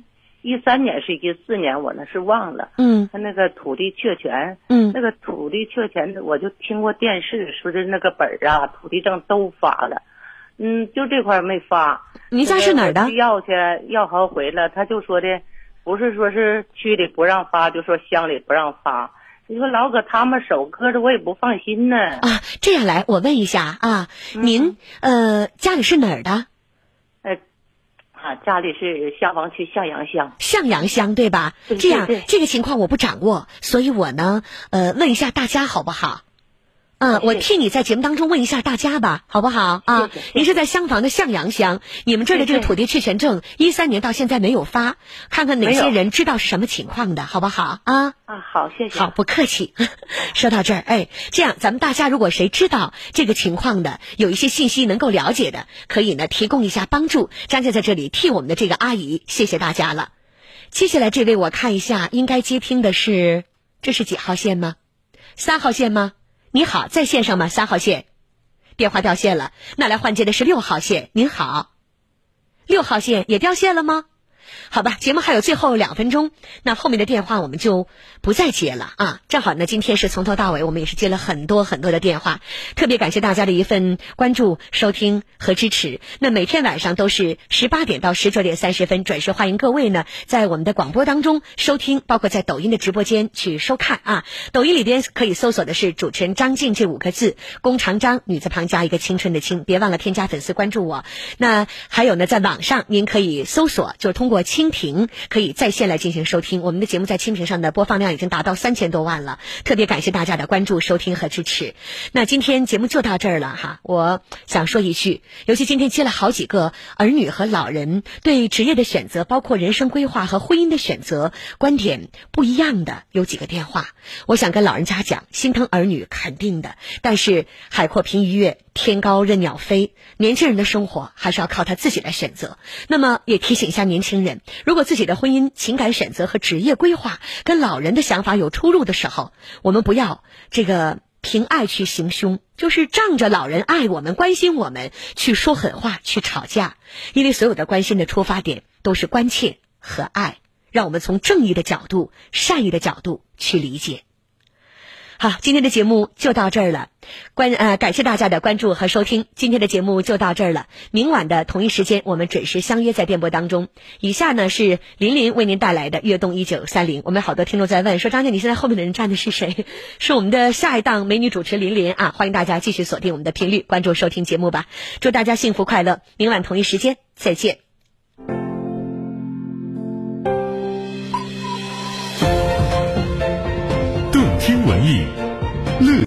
O: 13年是14年，我那是忘了。他那个土地确权。那个土地确权，我就听过电视说的那个本儿啊，土地证都发了。就这块没发。
A: 您家是哪儿的？
O: 要好回了，他就说的，不是说是区里不让发，就说乡里不让发。你说老搁他们手搁着，我也不放心呢。
A: 这样来，我问一下啊，您家里是哪儿的？
O: 家里是下王区向阳乡。
A: 向阳乡对吧？这样，这个情况我不掌握，所以我呢，问一下大家好不好？我替你在节目当中问一下大家吧，好不好啊？您是在襄樊的向阳乡，你们这儿的这个土地确权证13年到现在没有发，看看哪些人知道是什么情况的，好不好啊？
O: 好，谢谢。
A: 好，不客气。说到这儿，这样咱们大家如果谁知道这个情况的，有一些信息能够了解的，可以呢提供一下帮助。张姐在这里替我们的这个阿姨，谢谢大家了。接下来这位我看一下，应该接听的是，这是几号线吗？3号线吗？你好，在线上吗？3号线，电话掉线了。那来换接的是6号线。您好，6号线也掉线了吗？好吧，节目还有最后2分钟，那后面的电话我们就不再接了啊。正好呢，今天是从头到尾我们也是接了很多的电话，特别感谢大家的一份关注、收听和支持。那每天晚上都是18点到19点30分准时欢迎各位呢在我们的广播当中收听，包括在抖音的直播间去收看啊。抖音里边可以搜索的是主持人张静这5个字，弓长张，女字旁加一个青春的青，别忘了添加粉丝关注我。那还有呢，在网上您可以搜索，就是通过蜻蜓可以在线来进行收听，我们的节目在蜻蜓上的播放量已经达到3000多万了，特别感谢大家的关注、收听和支持。那今天节目就到这儿了哈，我想说一句，尤其今天接了好几个儿女和老人对职业的选择，包括人生规划和婚姻的选择观点不一样的有几个电话，我想跟老人家讲，心疼儿女肯定的，但是海阔凭鱼跃，天高任鸟飞，年轻人的生活还是要靠他自己来选择。那么也提醒一下年轻人，如果自己的婚姻、情感选择和职业规划跟老人的想法有出入的时候，我们不要这个凭爱去行凶，就是仗着老人爱我们、关心我们去说狠话、去吵架，因为所有的关心的出发点都是关切和爱，让我们从正义的角度、善意的角度去理解。好，今天的节目就到这儿了，感谢大家的关注和收听，今天的节目就到这儿了。明晚的同一时间我们准时相约在电波当中。以下呢是林林为您带来的悦动1930。我们好多听众在问说，张姐你现在后面的人站的是谁？是我们的下一档美女主持林林啊，欢迎大家继续锁定我们的频率，关注收听节目吧。祝大家幸福快乐，明晚同一时间再见。
P: 动听文艺乐